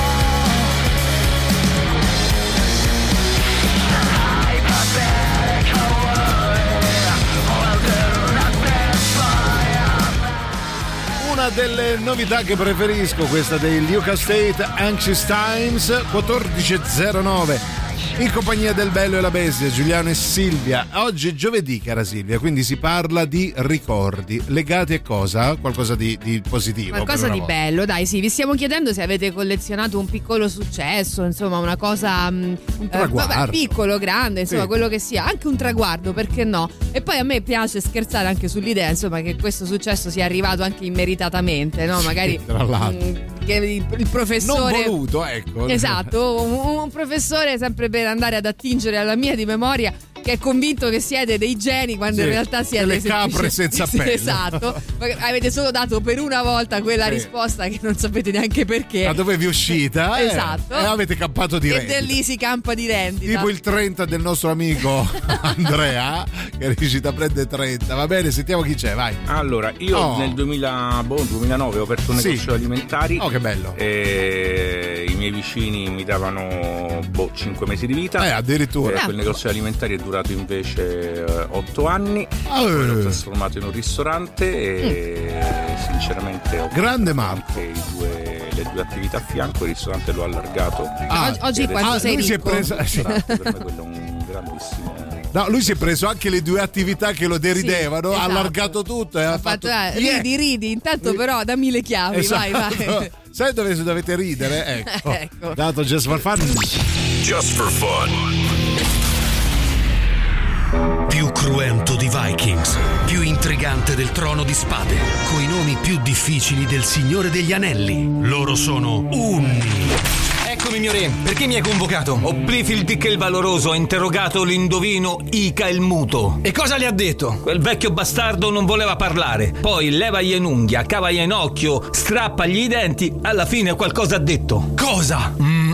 Hypothetical worry will do nothing for your Una delle novità che preferisco, questa dei Luca State, Anxious Times, 14.09. In compagnia del Bello e la Bestia, Giuliano e Silvia. Oggi è giovedì, cara Silvia, quindi si parla di ricordi legati a cosa? Qualcosa di positivo. Qualcosa per una di volta. bello, dai, sì, vi stiamo chiedendo se avete collezionato un piccolo successo, insomma, una cosa un traguardo. piccolo, grande, insomma, Sì. quello che sia, anche un traguardo, perché no? E poi a me piace scherzare anche sull'idea, insomma, che questo successo sia arrivato anche immeritatamente, no? Magari tra l'altro. che il professore Non voluto, ecco. Esatto, un professore sempre per andare ad attingere alla mia di memoria, che è convinto che siete dei geni quando Sì, in realtà siete delle capre senza Sì, pelo. esatto. Avete solo dato per una volta quella Sì. risposta che non sapete neanche perché. Da dove vi è uscita? Esatto. E avete campato di E rendita. da lì si campa di rendita. Tipo il 30 del nostro amico Andrea, che è riuscito a prendere 30. Va bene, sentiamo chi c'è, vai. Allora, io nel 2009 ho aperto un negozio alimentari. Oh, che bello. E i miei vicini mi davano 5 mesi di vita. Addirittura. Quel negozio alimentari è durato invece 8 anni. Poi l'ho trasformato in un ristorante e sinceramente ho grande Marco. anche le due attività a fianco, il ristorante l'ho allargato. Oggi quando sei lui si è ricco. preso, sì. Per me quello è un grandissimo. No, lui si è preso anche le due attività che lo deridevano, Sì, ha esatto. allargato tutto e ha fatto ridi, intanto però dammi le chiavi, Esatto. vai. Sai dove dovete ridere? Ecco. Ecco. Dato Just for Fun. Just for fun. Più cruento di Vikings, più intrigante del Trono di Spade, coi nomi più difficili del Signore degli Anelli. Loro sono Unni. Eccomi mio re, perché mi hai convocato? Oblifil Dick il Valoroso ha interrogato l'indovino Ica il Muto. E cosa le ha detto? Quel vecchio bastardo non voleva parlare. Poi levagli un'unghia, cavagli un occhio, strappagli i denti, alla fine qualcosa ha detto. Cosa?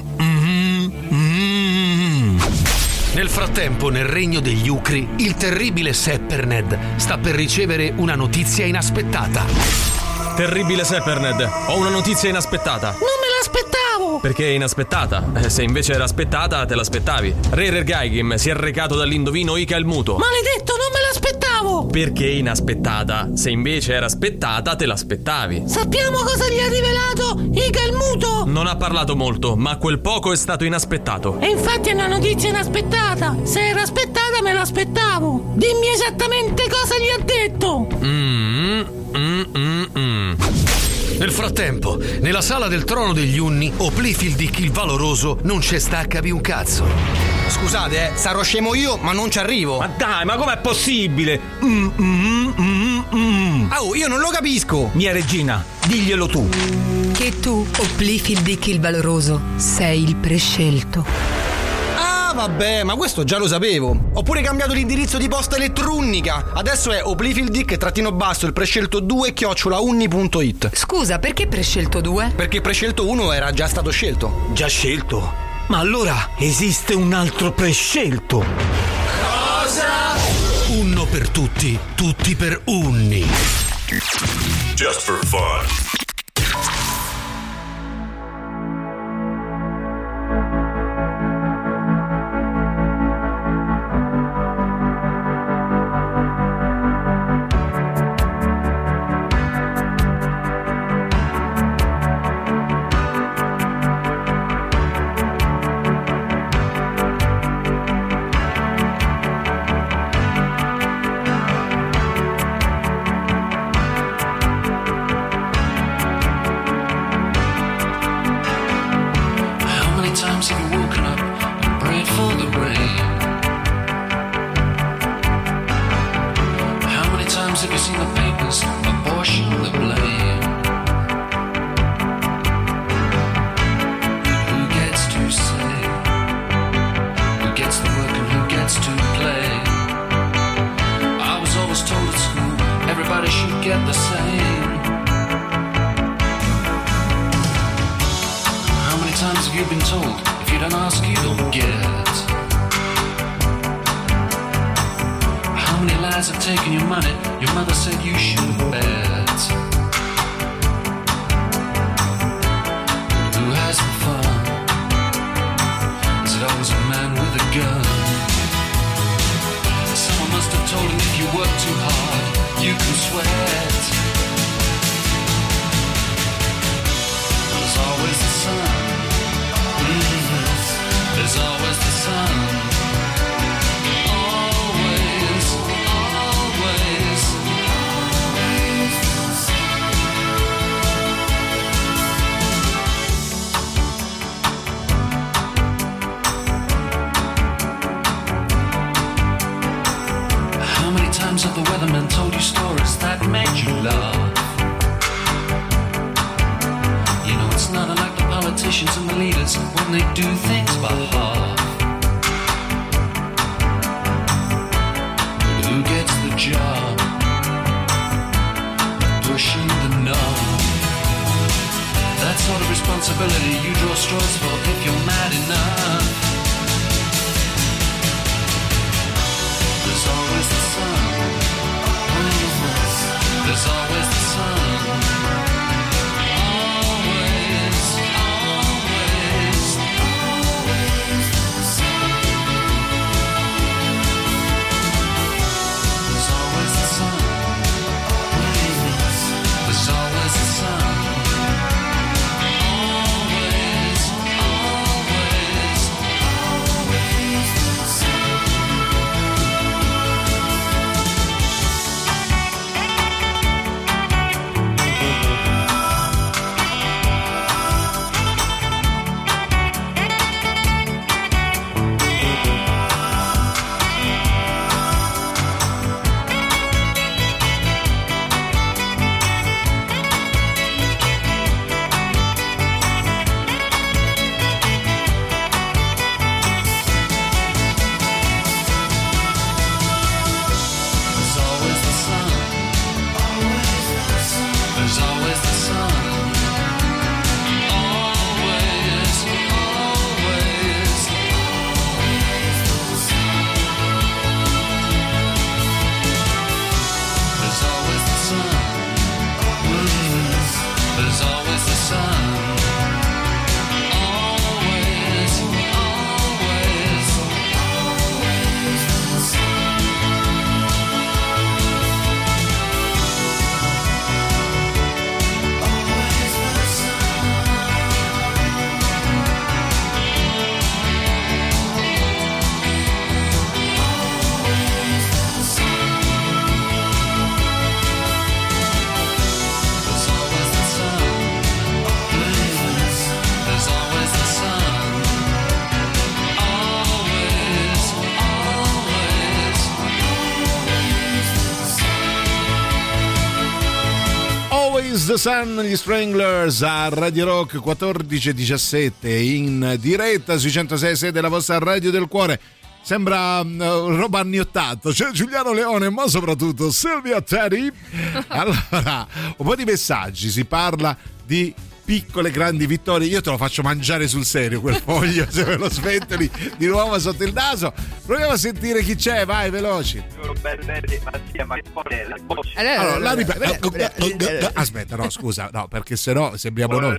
Nel frattempo, nel regno degli Ucri, il terribile Seperned sta per ricevere una notizia inaspettata. Terribile Seperned, ho una notizia inaspettata. Non me l'aspettavo! Perché è inaspettata? Se invece era aspettata, te l'aspettavi. Re Ergaigim si è recato dall'indovino Ica il Muto. Maledetto, non me l'aspettavo! Perché inaspettata? Se invece era aspettata, te l'aspettavi. Sappiamo cosa gli ha rivelato Ica il Muto! Non ha parlato molto, ma quel poco è stato inaspettato. E infatti è una notizia inaspettata! Se era aspettata me l'aspettavo! Dimmi esattamente cosa gli ha detto! Nel frattempo, nella sala del Trono degli Unni, Oblifil Dick il Valoroso non c'è stacca più un cazzo. Scusate, sarò scemo io, ma non ci arrivo. Ma dai, ma com'è possibile? Oh, io non lo capisco. Mia regina, diglielo tu. Che tu, Oblifil Dick il Valoroso, sei il prescelto. Ah, vabbè, ma questo già lo sapevo. Ho pure cambiato l'indirizzo di posta elettronica. Adesso è oblifildick_il prescelto 2@unni.it. Scusa, perché prescelto 2? Perché prescelto 1 era già stato scelto. Già scelto? Ma allora esiste un altro prescelto. Cosa? Unno per tutti, tutti per Unni. Just for fun. How many times have you woken up and prayed for the rain? How many times have you seen the papers apportion the blame? Who gets to say? Who gets the work and who gets to play? I was always told at school everybody should get the same. How many times have you been told if you don't ask you don't get? How many lies have taken your money your mother said you should bet? Who has the fun? Is it always a man with a gun? Someone must have told him if you work too hard you can sweat. There's always the sun. There's always the sun. Always, always, always. How many times have the weathermen told you stories that made you laugh? You know it's not unlike the politicians and the leaders when they do things by half. But who gets the job? Pushing the knob. That sort of responsibility you draw straws for if you're mad enough. There's always the sun. There's always the sun. Always, always, always the sun. There's always the sun. There's always the Sun, gli Stranglers a Radio Rock 14:17 in diretta sui 106.6 della vostra radio del cuore. Sembra roba anni 80, c'è Giuliano Leone ma soprattutto Silvia Teddy. Allora, un po' di messaggi, si parla di piccole grandi vittorie. Io te lo faccio mangiare sul serio quel foglio se me lo sventoli di nuovo sotto il naso. Proviamo a sentire chi c'è, vai veloci. Allora, la ripeto. Aspetta, no, scusa, no, perché sennò sembriamo noi.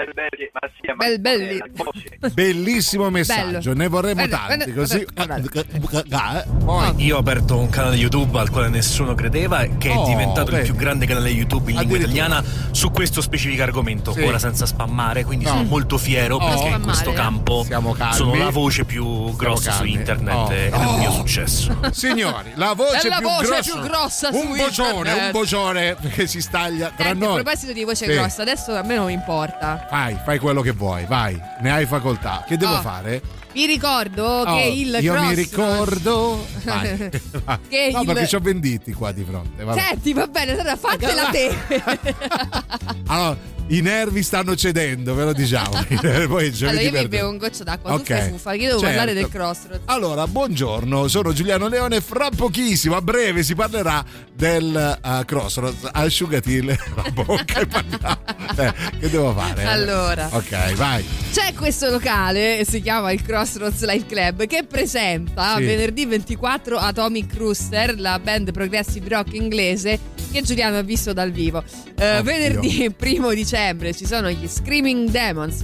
Bellissimo messaggio, ne vorremmo tanti così. Poi io ho aperto un canale YouTube al quale nessuno credeva, che è diventato il più grande canale YouTube in lingua italiana su questo specifico argomento. Sì. Ora senza spammare, quindi sono molto fiero perché in questo campo sono la voce più grossa su internet ed è un mio successo. Signori, la voce, più grossa un su un bocione che si staglia tra noi. A proposito di voce grossa, adesso a me non importa. Fai quello che vuoi, vai, ne hai facoltà. Che devo fare? Vi ricordo che il io mi ricordo vai. Che no, perché ci ho venditi qua di fronte. Vabbè. Senti, va bene, allora fatela te. Allora, i nervi stanno cedendo, ve lo diciamo. Poi allora io mi bevo un goccio d'acqua, tu stai fuffa, io devo parlare del Crossroads. Allora, buongiorno, sono Giuliano Leone. Fra pochissimo, a breve, si parlerà del Crossroads. Asciugati la bocca e parliamo. Che devo fare? Allora, ok, vai. C'è questo locale, si chiama il Crossroads Live Club, che presenta venerdì 24 Atomic Rooster, la band progressive rock inglese che Giuliano ha visto dal vivo. Venerdì 1 dicembre ci sono gli Screaming Demons,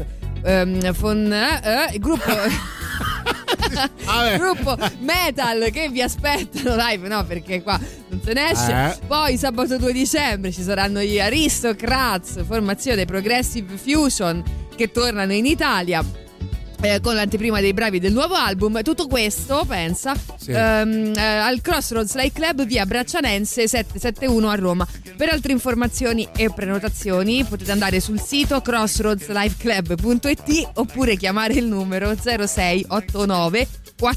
gruppo metal che vi aspettano live, no, perché qua non se ne esce. Poi sabato 2 dicembre ci saranno gli Aristocrats, formazione Progressive Fusion, che tornano in Italia con l'anteprima dei bravi del nuovo album. Tutto questo, pensa, al Crossroads Live Club via Braccianense 771 a Roma. Per altre informazioni e prenotazioni potete andare sul sito crossroadsliveclub.it oppure chiamare il numero 0689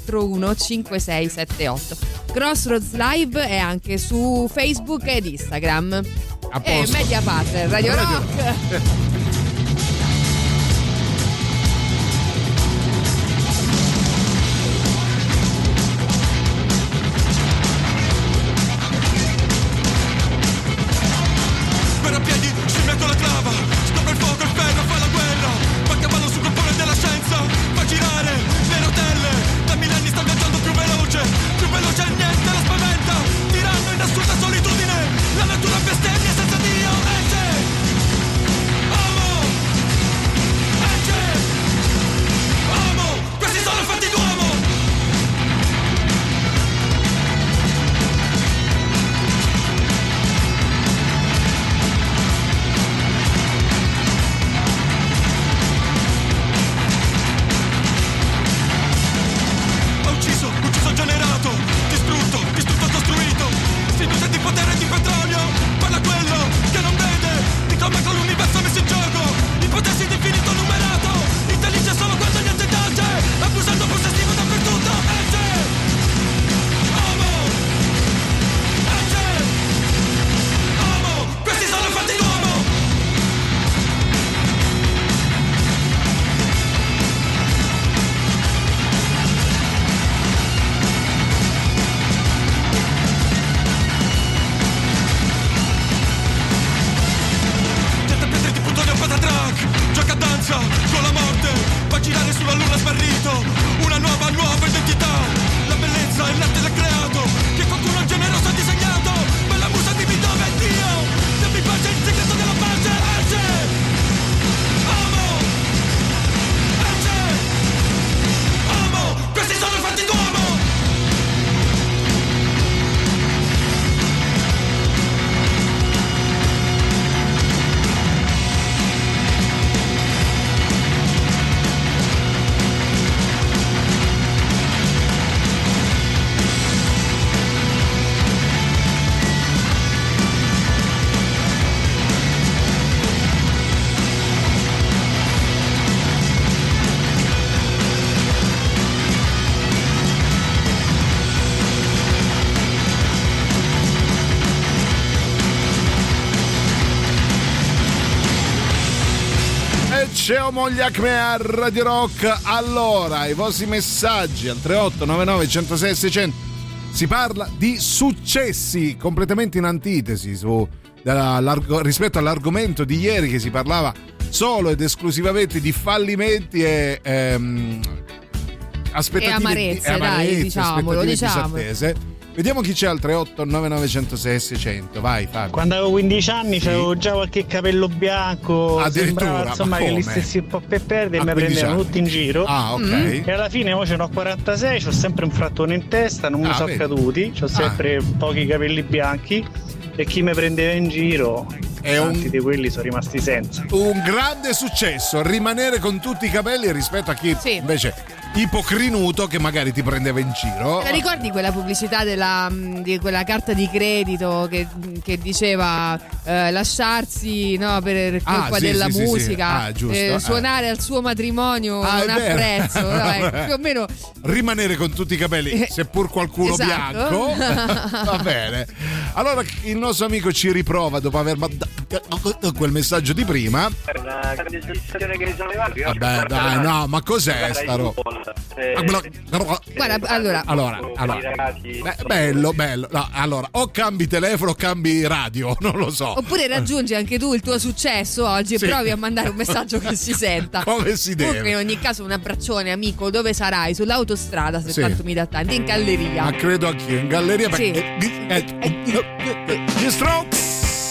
415678. Crossroads Live è anche su Facebook ed Instagram. E Media Partner Radio Rock. E c'è Omogliacme a Radio Rock. Allora, i vostri messaggi al 3899 106 600. Si parla di successi completamente in antitesi rispetto all'argomento di ieri, che si parlava solo ed esclusivamente di fallimenti e aspettative amarezze, dai, diciamolo. disattese. Vediamo chi c'è al 3899 106 600. Vai Fabio. Quando avevo 15 anni avevo già qualche capello bianco, sembrava insomma che li stessi un po' per perdere e mi prendevano tutti in giro. Ok. E alla fine ce n'ho 46, ho sempre un frattone in testa, non mi sono caduti, ho sempre pochi capelli bianchi e chi mi prendeva in giro, tanti di quelli sono rimasti senza. Un grande successo rimanere con tutti i capelli rispetto a chi invece ipocrinuto che magari ti prendeva in giro. Ricordi quella pubblicità di quella carta di credito che diceva lasciarsi per colpa della musica, suonare al suo matrimonio non ha prezzo, più o meno rimanere con tutti i capelli seppur qualcuno bianco. Va bene, allora il nostro amico ci riprova dopo aver quel messaggio di prima. Vabbè dai, no, ma cos'è sta roba? Guarda, allora. Bello. No, allora, o cambi telefono o cambi radio, non lo so. Oppure raggiungi anche tu il tuo successo oggi e provi a mandare un messaggio che si senta. Come si deve. Comunque in ogni caso un abbraccione, amico. Dove sarai? Sull'autostrada, se tanto mi dà tanti. In galleria. Ma credo anch'io, in galleria. Gli Strokes.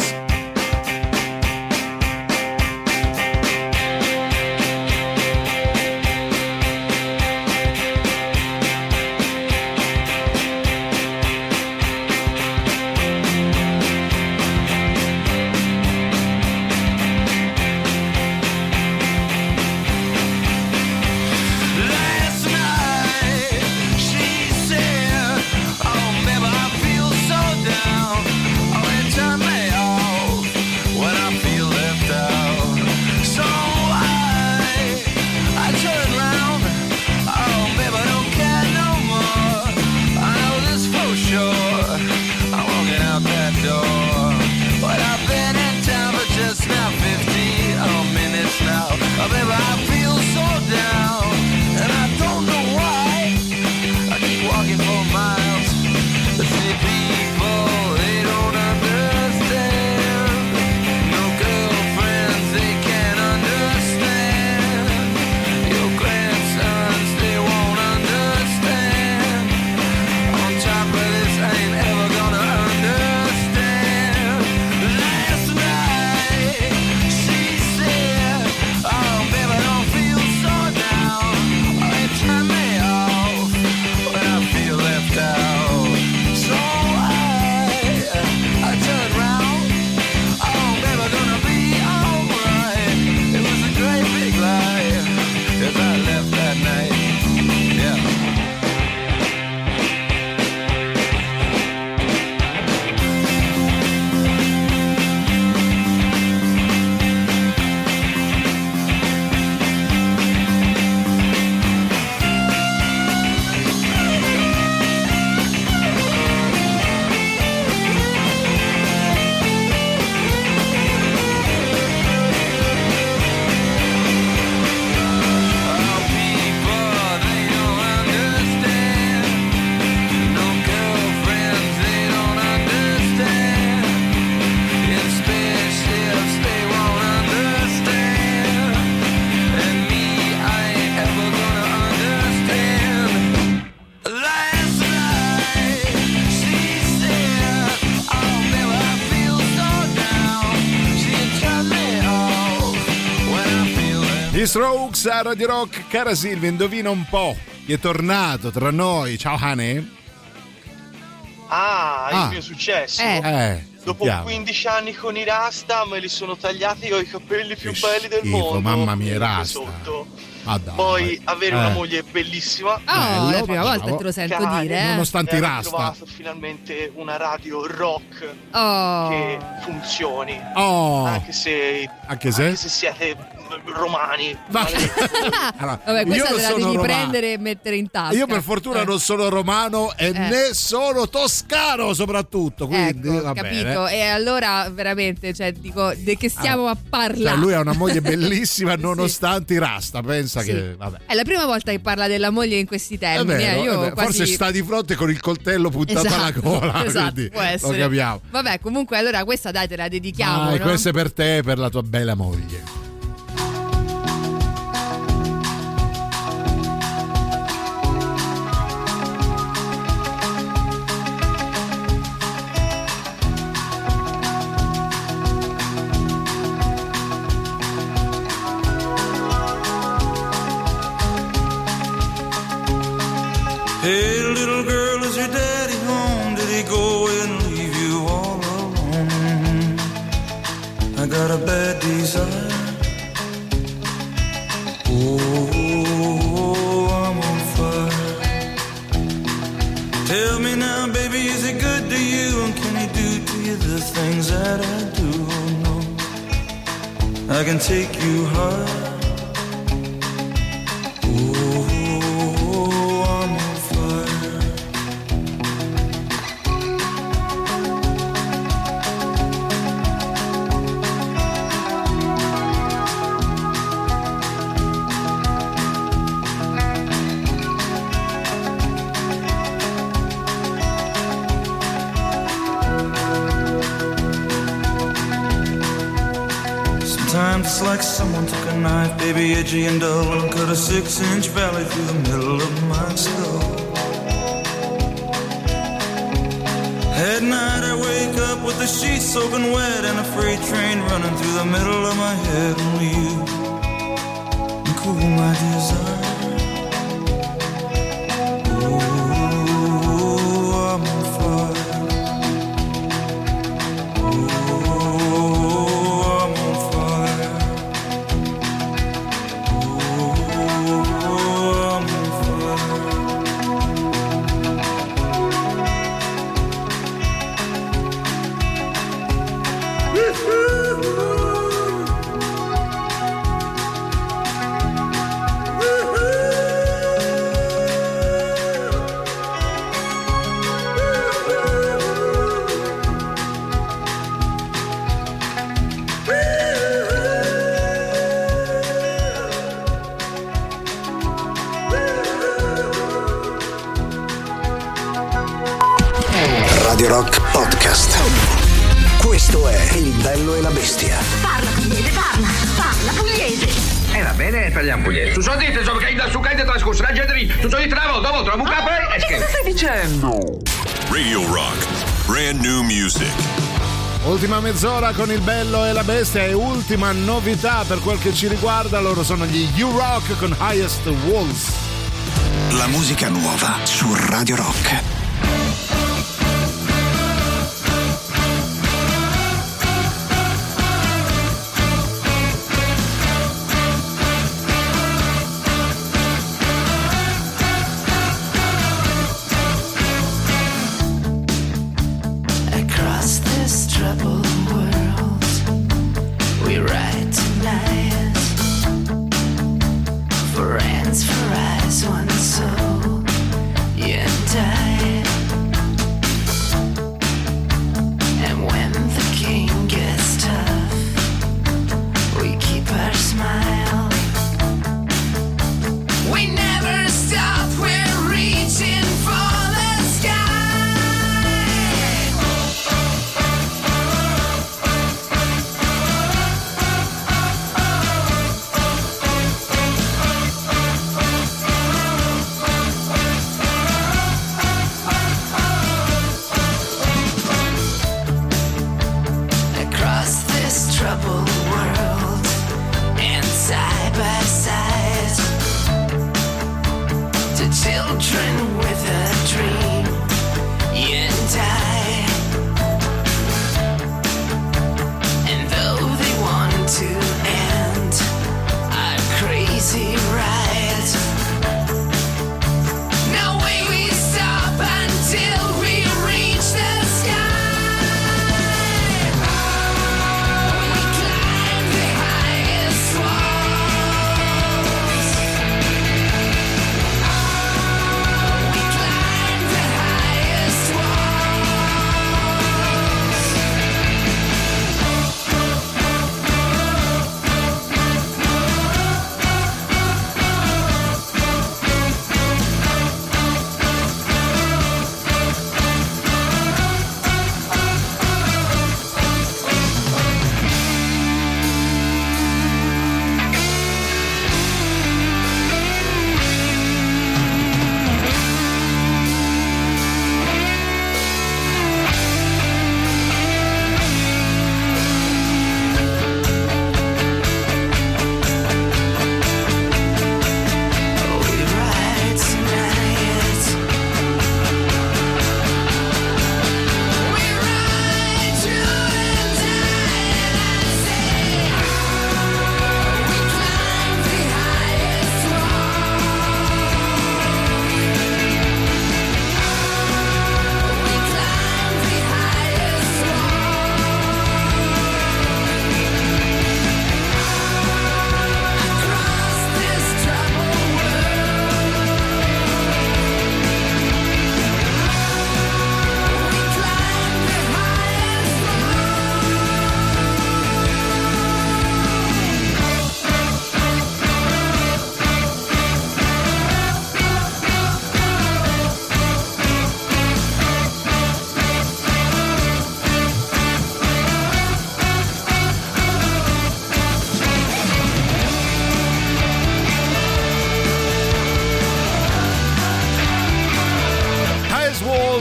Gli Strokes a Radio Rock. Cara Silvia, indovina un po' chi è tornato tra noi. Ciao Hane. Il mio successo. Dopo 15 anni con i rasta me li sono tagliati e ho i capelli più belli del mondo. Mamma mia, i rasta. Poi avere una moglie bellissima. È la prima volta che te lo sento dire. Nonostante i rasta. Ho trovato finalmente una radio rock che funzioni. Anche se siete romani. Allora, vabbè, questa te la devi romano. prendere e mettere in tasca. Io per fortuna non sono romano e né sono toscano soprattutto, quindi ecco, va capito? bene. E allora veramente, cioè, dico, di che stiamo a parlare? Cioè, lui ha una moglie bellissima nonostante i rasta, pensa che vabbè. È la prima volta che parla della moglie in questi È termini. vero, Io è vero. quasi... Forse sta di fronte con il coltello puntato alla gola, esatto, quindi può essere. lo capiamo. Vabbè, comunque allora questa dai te la dedichiamo, Dai, no? questa è per te e per la tua bella moglie. Hey, little girl, is your daddy home? Did he go and leave you all alone? I got a bad desire. Oh, I'm on fire. Tell me now, baby, is it good to you? And can he do to you the things that I do? No, I can take you high. Sometimes it's like someone took a knife, baby, edgy and dull, and cut a 6-inch valley through the middle of my skull. At night I wake up with the sheets soaking wet and a freight train running through the middle of my head. Only you can cool my desire. Oh, I'm on fire. Radio Rock Podcast. Questo è Il Bello e la Bestia. Parla pugliese, parla pugliese. Va bene, parliamo pugliese. Tu sono dite, insomma, che da su che trascorso la gente tu sono di travo, dopo trovo un capo e che stai dicendo? Radio Rock, brand new music. Ultima mezz'ora con Il Bello e la Bestia e ultima novità per quel che ci riguarda, loro sono gli U-Rock con Highest Walls. La musica nuova su Radio Rock. Across this troubled world, we ride tonight. For hands, for eyes, one soul, you and I.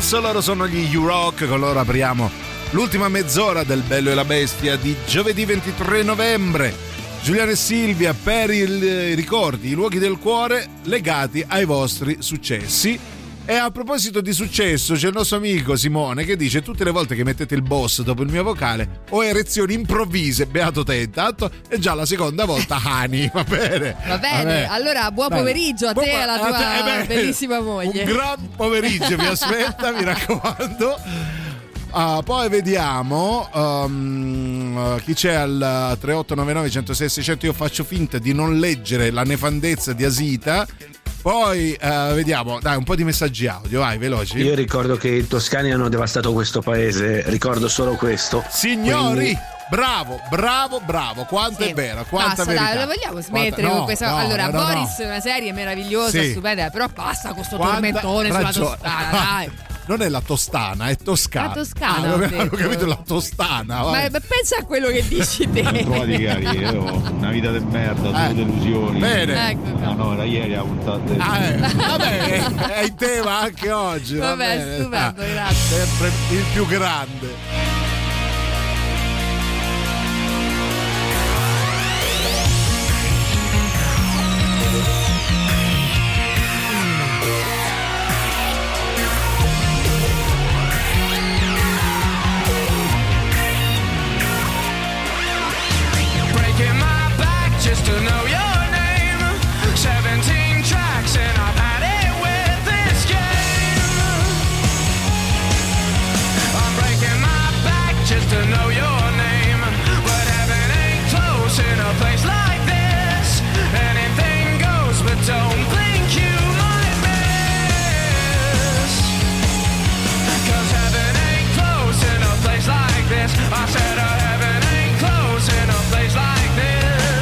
Killers, loro sono gli U-Rock, con loro apriamo l'ultima mezz'ora del Bello e la Bestia di giovedì 23 novembre. Giuliano e Silvia per i ricordi, i luoghi del cuore legati ai vostri successi. E a proposito di successo, c'è il nostro amico Simone che dice: tutte le volte che mettete il boss dopo il mio vocale ho erezioni improvvise, beato te. Intanto è già la seconda volta Hani. Va bene, allora buon pomeriggio a te e alla tua bellissima moglie. Un gran pomeriggio vi aspetta, mi raccomando. Poi vediamo chi c'è al 3899 106 600. Io faccio finta di non leggere la nefandezza di Asita. Poi vediamo, dai, un po' di messaggi audio, vai, veloci. Io ricordo che i toscani hanno devastato questo paese, ricordo solo questo. Signori, quindi... bravo, quanto è vero, quanta basta, verità. Dai, lo vogliamo smettere con questa. Allora, Boris è una serie meravigliosa, stupenda, però basta con sto tormentone sulla Toscana, dai. Non è la Tostana, è Toscana. La Toscana. Avevo capito la Tostana. Ma pensa a quello che dici te. Trovati cari, una vita di merda, due delusioni. Bene. Ecco. No, era ieri la puntata. Vabbè, è in tema anche oggi. Vabbè, stupendo, grazie. Sempre il più grande. Just to know your name. 17 tracks and I've had it with this game. I'm breaking my back just to know your name. But heaven ain't close in a place like this. Anything goes, but don't think you might miss. 'Cause heaven ain't close in a place like this. I said heaven ain't close in a place like this.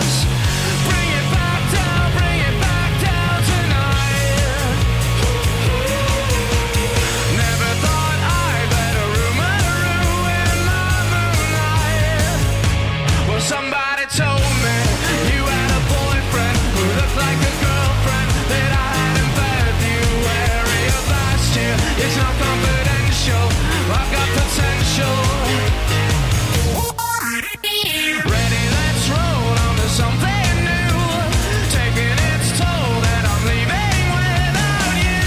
Somebody told me you had a boyfriend who looked like a girlfriend that I had in February of last year. It's not confidential, I've got potential. Ready, let's roll on to something new. Taking its toll that I'm leaving without you.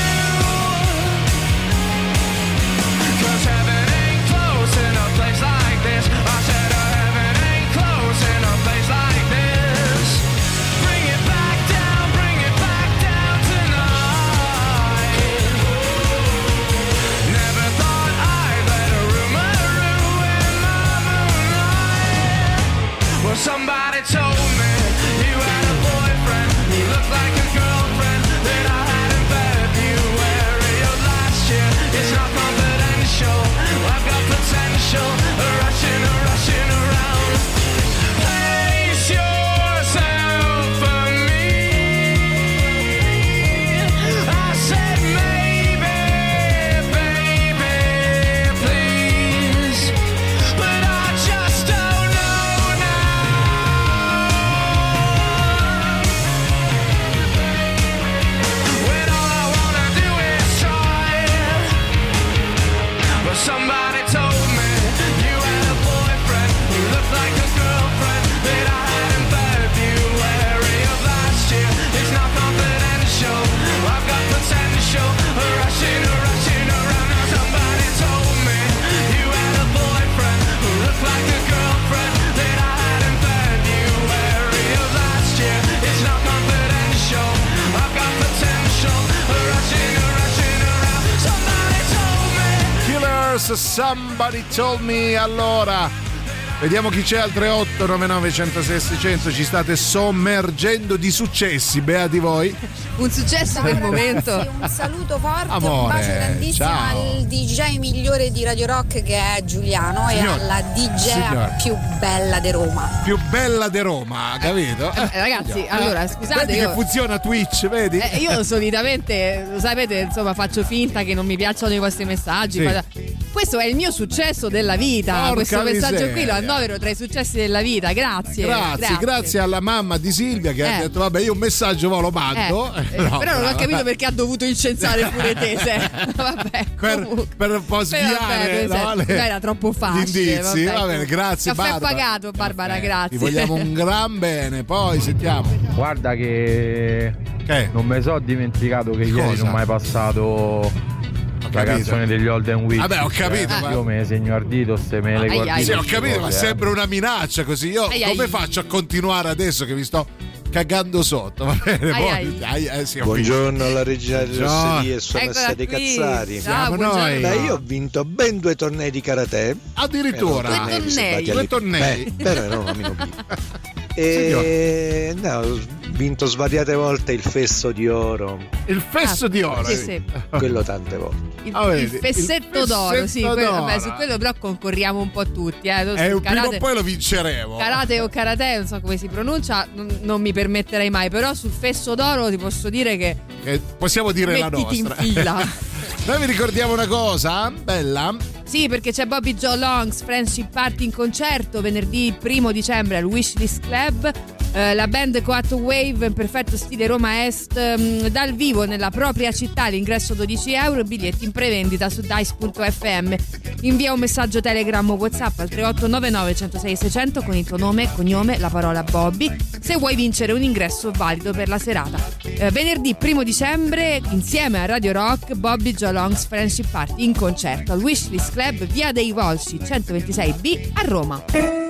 'Cause heaven ain't close in a place like this. I said in a place like this. Bring it back down tonight. Never thought I'd let a rumor ruin my moonlight. Well, somebody told me you had a boyfriend who looked like a girlfriend that I had in February of last year. It's not confidential, I've got potential. Rushing around. Place yourself for me. I said maybe, baby, please. But I just don't know now. When all I wanna do is try. But somebody told me you had a boyfriend who looked like a girlfriend that I had in February of last year. It's not confidential, I've got potential. Rushing around. Now somebody told me you had a boyfriend who looked like a girlfriend that I had in February of last year. It's not confidential, I've got potential. Rushing around. Somebody told me. Killers, somebody told me. Allora, vediamo chi c'è al 3899 106 600. Ci state sommergendo di successi, beati voi. Un successo del momento. Un saluto forte, amore, un bacio grandissimo ciao. al DJ migliore di Radio Rock che è Giuliano e alla DJ più bella di Roma. Più bella di Roma, capito? Ragazzi, allora scusate. Vedi che funziona Twitch, vedi? Io solitamente, lo sapete, insomma, faccio finta che non mi piacciono i vostri messaggi. Sì. Questo è il mio successo della vita. Porca questo messaggio miseria. qui l'ho novero tra i successi della vita. Grazie alla mamma di Silvia che ha detto vabbè io un messaggio lo mando. No, però non ho capito perché ha dovuto incensare pure te. Vabbè, per un po' sviare era troppo facile. Gli indizi. Va bene, grazie Caffè pagato Barbara, grazie. Ti vogliamo un gran bene. Poi sentiamo. Guarda che non mi sono dimenticato che ieri non ho mai passato la canzone degli Golden Week. Vabbè, ho capito. Io me ne segno ardito se me le guardi. Sì, ho capito, ma sembra una minaccia così. Io come faccio a continuare adesso che vi sto cagando sotto? Va bene, sì, buongiorno alla regina delle Rosserie e sua messa dei Cazzari. Siamo noi. Io ho vinto ben 2 tornei di karate. Addirittura 2 tornei. Però ero una meno e ho vinto svariate volte il fesso di oro. Il fesso di oro? Sì. Quello tante volte. Il fessetto d'oro, sì. Vabbè, su quello però concorriamo un po' tutti. Prima o poi lo vinceremo. Karate o karate, non so come si pronuncia, non mi permetterei mai. Però sul fesso d'oro ti posso dire che possiamo dire la nostra. In fila. Noi vi ricordiamo una cosa bella. Sì, perché c'è Bobby Joe Long's Friendship Party in concerto venerdì 1 dicembre al Wishlist Club. La band Coatto Wave in perfetto stile Roma Est dal vivo nella propria città, l'ingresso €12, biglietti in prevendita su dice.fm. Invia un messaggio Telegram o WhatsApp al 3899 106 600 con il tuo nome e cognome, la parola Bobby, se vuoi vincere un ingresso valido per la serata. Venerdì 1 dicembre insieme a Radio Rock Bobby Joe Long's Friendship Party in concerto al Wishlist Club, via dei Volsci 126B a Roma.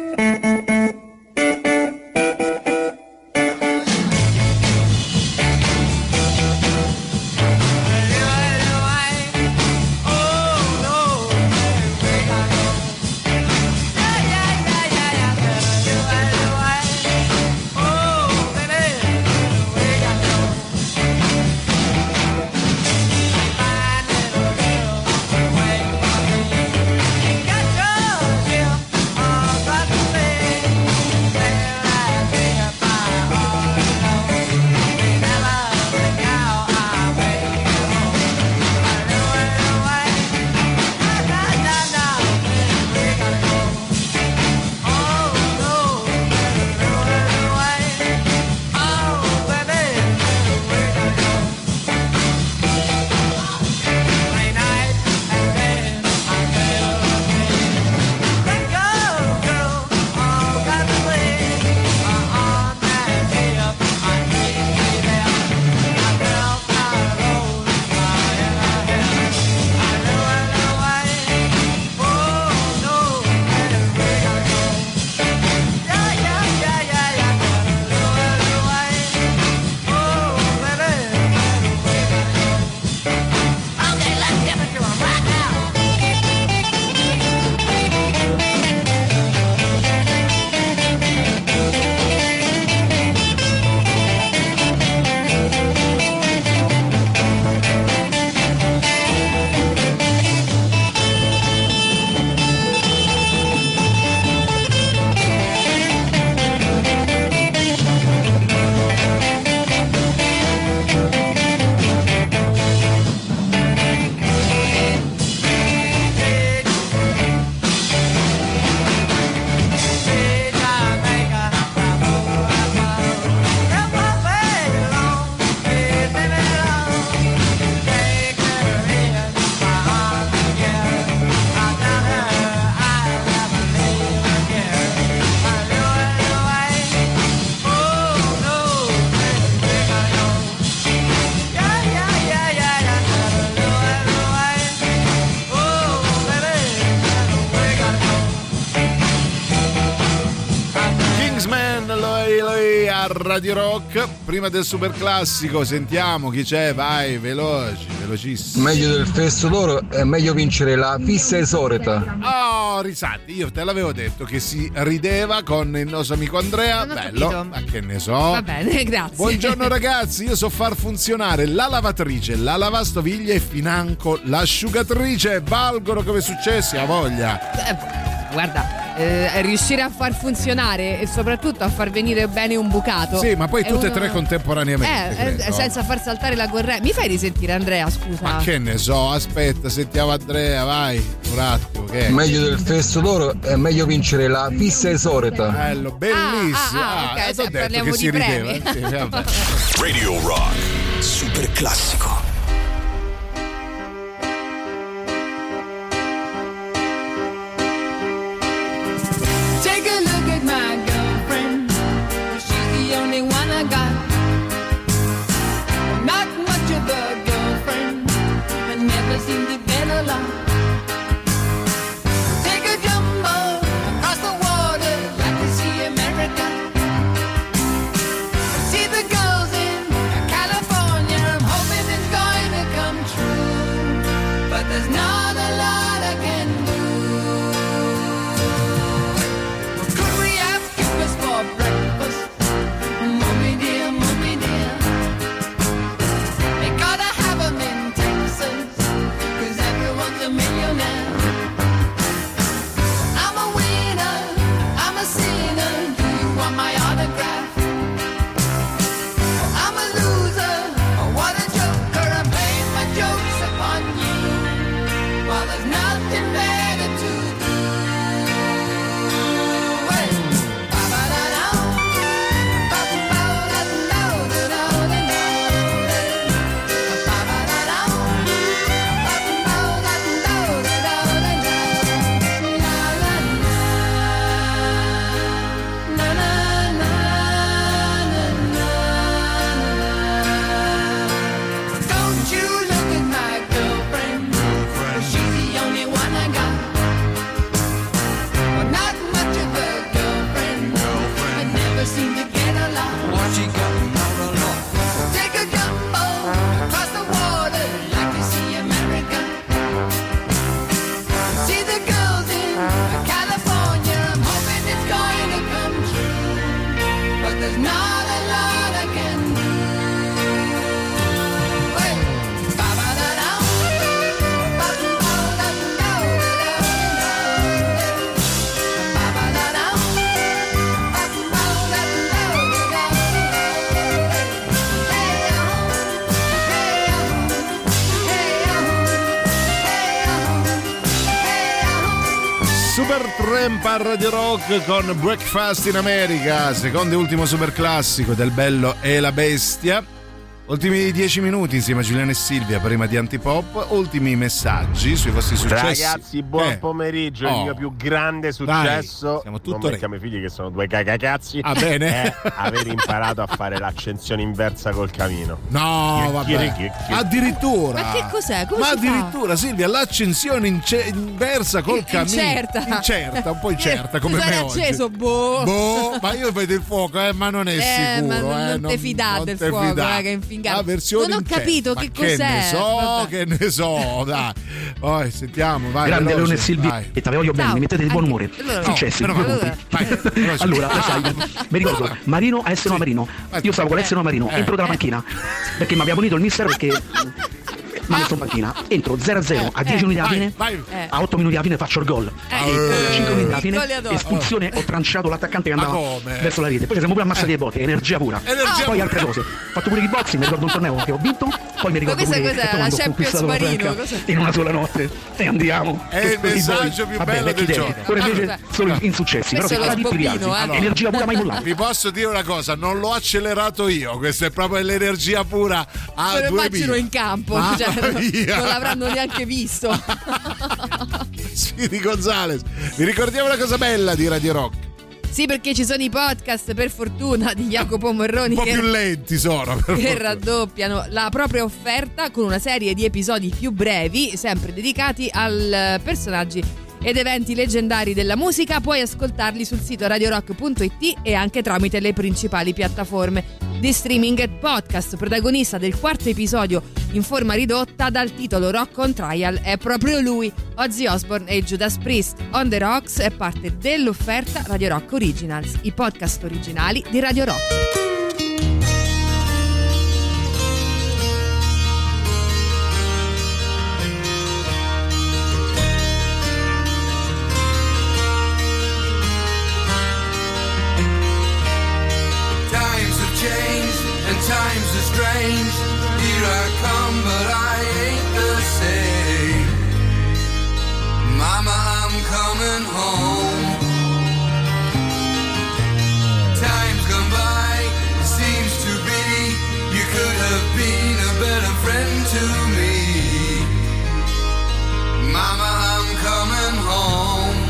Radio Rock. Prima del super classico sentiamo chi c'è, vai, velocissimo. Meglio del fesso d'oro è meglio vincere la fissa esoreta. Oh, risati, io te l'avevo detto che si rideva con il nostro amico Andrea. Bello, capito. Ma che ne so. Va bene, grazie. Buongiorno ragazzi, io so far funzionare la lavatrice, la lavastoviglie e financo l'asciugatrice. Valgono come successi, a voglia. Guarda, riuscire a far funzionare e soprattutto a far venire bene un bucato. Sì, ma poi tutte e tre contemporaneamente. Senza far saltare la corrente. Mi fai risentire Andrea, scusa? Ma che ne so, aspetta, sentiamo Andrea, vai. Un attimo, Che meglio del festo d'oro è meglio vincere la fissa esoreta. Bello, bellissimo. Ok, t'ho detto parliamo che di si premi. rideva. Sì, vabbè. Radio Rock. Super classico. Take a look at my girlfriend. She's the only one I got. Not much of a girlfriend, but never seem to get along. Take a jumbo across the water, like to see America. See the girls in California. I'm hoping it's going to come true, but there's not a lot I can do. Could we have kippers for breakfast? Mommy dear, mommy dear. They gotta have 'em in Texas, 'cause everyone's a millionaire. I'm a winner, I'm a sinner. Do you want my autograph? I'm a loser, what a joker. I'm playing my jokes upon you, while there's nothing better to do. Hey. Ba-ba-da-da, don't you look at my girlfriend, she's the only one I got. But not much of a girlfriend, I never seem to get along. What she got, not a lot. Take a jumbo across the water, like to see America. See the girls in California, I'm hoping it's going to come true, but there's not a lot I can do. Hey. Ba-ba-da-da, Supertramp a Radio Rock con Breakfast in America, secondo e ultimo super classico del Bello e la Bestia. Ultimi 10 minuti insieme a Giuliano e Silvia prima di Antipop. Ultimi messaggi sui vostri successi. Ragazzi, buon pomeriggio. Il mio più grande successo, siamo non perché i miei figli che sono due cagacazzi, bene. è aver imparato a fare l'accensione inversa col camino. No, vabbè. Addirittura. Ma che cos'è? Come Ma si addirittura, Silvia, l'accensione inversa col camino. Incerta, un po' incerta come me oggi. Acceso, ma io vedo il fuoco, ma non è sicuro. Ma non te fidate del fuoco, che infingate. Non ho capito che cos'è. Che ne so, dai. Poi sentiamo, vai. Grande Leone e Silvia, e te voglio bene, mi mettete di buon umore. Successi. Allora, sai, mi ricordo, Marino a Esseno Marino. Io stavo con l'Esseno Marino, entro dalla panchina, perché mi aveva punito il mister perché mi ha messo in panchina, entro 0-0 a 10 minuti alla fine, a 8 minuti alla fine faccio il gol, 5 minuti alla fine espulsione, ho tranciato l'attaccante che andava verso la rete, poi ci siamo pure ammassati le botte, energia pura, poi altre cose, ho fatto pure kickboxing, mi ricordo un torneo che ho vinto, poi mi ricordo pure che quando ho conquistato la Franca in una sola notte e andiamo, è il messaggio più bello del giorno. Ora invece solo insuccessi, però che la rialzi, energia pura mai mollata. Vi posso dire una cosa, non l'ho accelerato io, questa è proprio l'energia pura a 2000. Immagino in campo, non l'avranno neanche visto. Speedy Gonzales, vi ricordiamo una cosa bella di Radio Rock? Sì, perché ci sono i podcast, per fortuna, di Jacopo Morroni un po' più lenti sono, che raddoppiano la propria offerta con una serie di episodi più brevi, sempre dedicati al personaggi ed eventi leggendari della musica. Puoi ascoltarli sul sito radiorock.it e anche tramite le principali piattaforme di streaming e podcast. Protagonista del quarto episodio in forma ridotta dal titolo Rock on Trial è proprio lui, Ozzy Osbourne e Judas Priest. On the Rocks è parte dell'offerta Radio Rock Originals, i podcast originali di Radio Rock. Times are strange, here I come, but I ain't the same. Mama, I'm coming home. Time's gone by, seems to be you could have been a better friend to me. Mama, I'm coming home.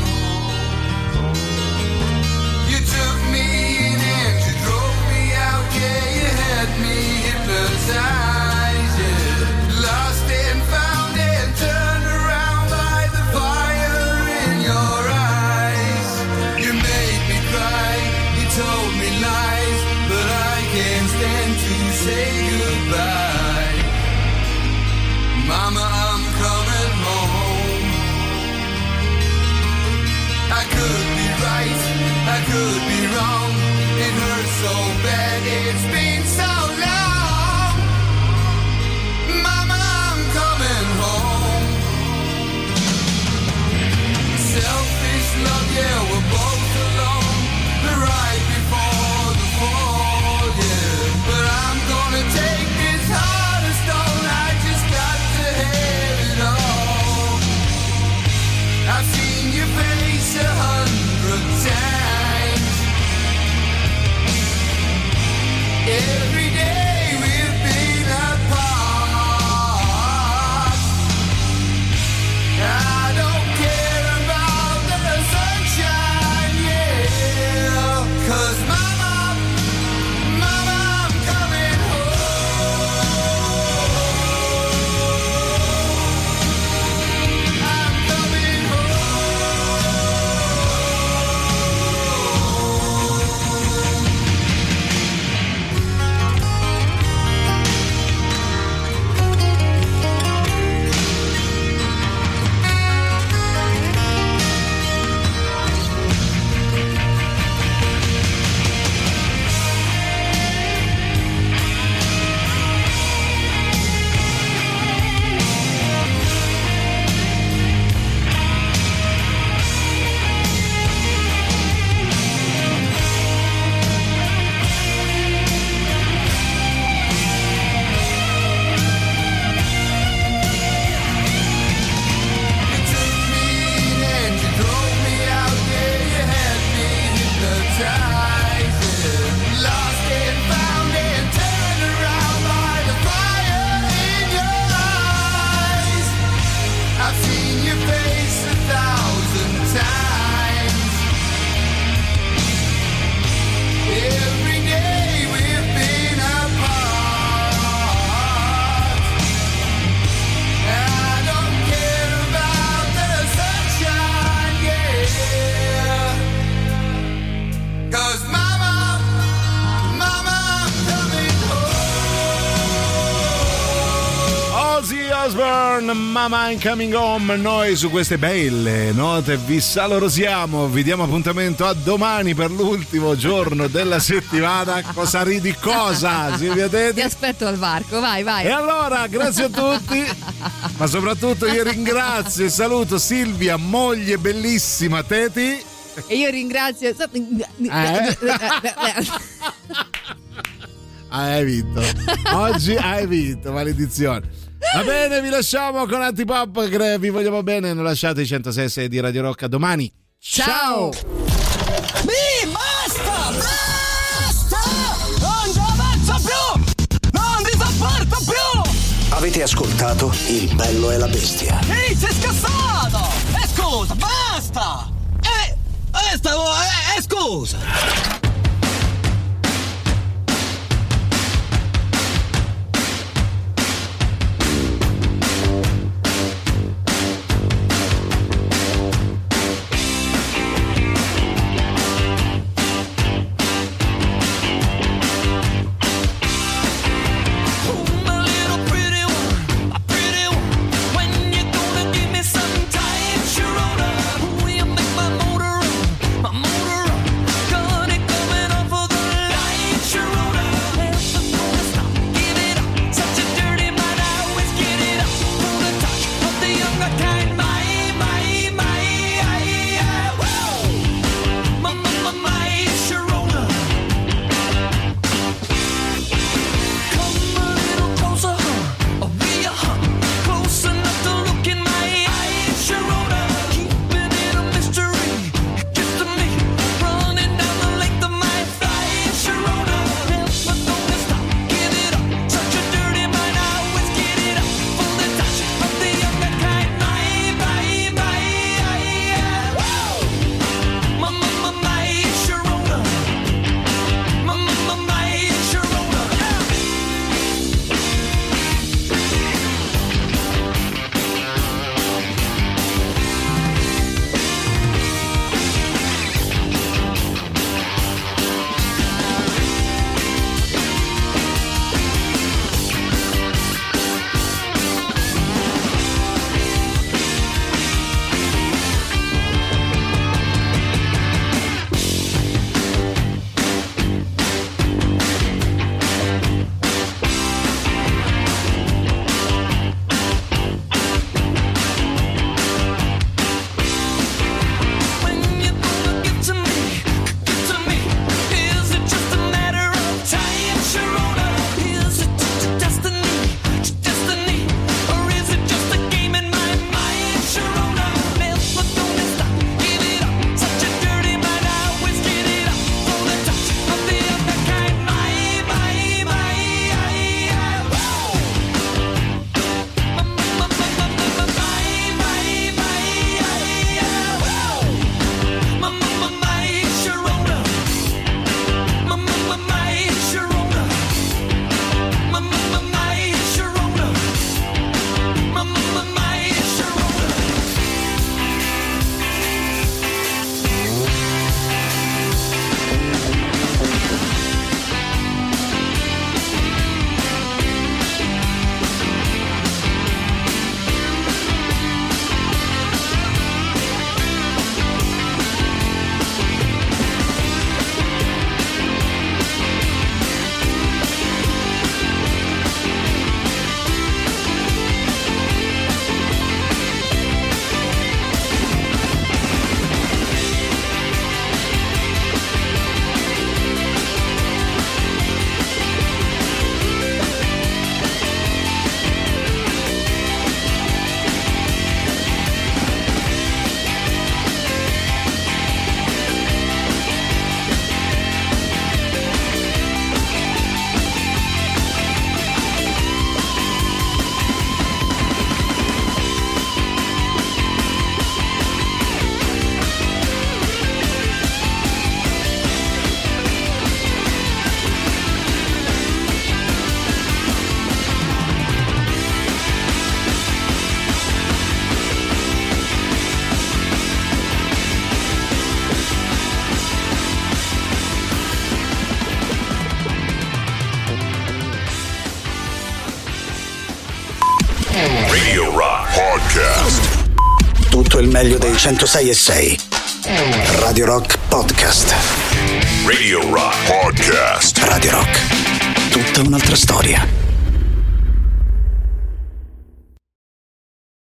You took me in and you drove me out, yeah, you had me hypnotized, yeah. Lost and found and turned around by the fire in your eyes. You made me cry, you told me lies, but I can't stand to say goodbye. Mama, I'm coming home. I could be right, I could be wrong. It hurts so bad, it's been so long. Mama, I'm coming home. Selfish love, yeah, we're both alone. The ride before the fall, yeah. But I'm gonna take this heart of stone. I just got to have it all. I've seen your face 100 times. Every day we've been apart. I don't care about the sunshine, yeah. 'Cause mama, mama, I'm coming home. I'm coming Mama I'm Coming Home. Noi su queste belle note vi salorosiamo, vi diamo appuntamento a domani per l'ultimo giorno della settimana. Cosa ridi, cosa? Silvia Teti? Ti aspetto al varco, vai. E allora, grazie a tutti, ma soprattutto io ringrazio e saluto Silvia, moglie bellissima Teti. E io ringrazio... Hai vinto. Oggi hai vinto, maledizione. Va bene, vi lasciamo con Antipop, vi vogliamo bene, non lasciate i 106 di Radio Rock. A domani. Ciao! Basta! Non ci avanzo più! Non ti sopporto più! Avete ascoltato Il Bello e la Bestia? Ehi, sei scassato! Scusa, basta! Scusa! Gonna go Radio Rock Podcast. Tutto il meglio dei 106.6. Radio Rock Podcast. Radio Rock Podcast. Radio Rock. Tutta un'altra storia.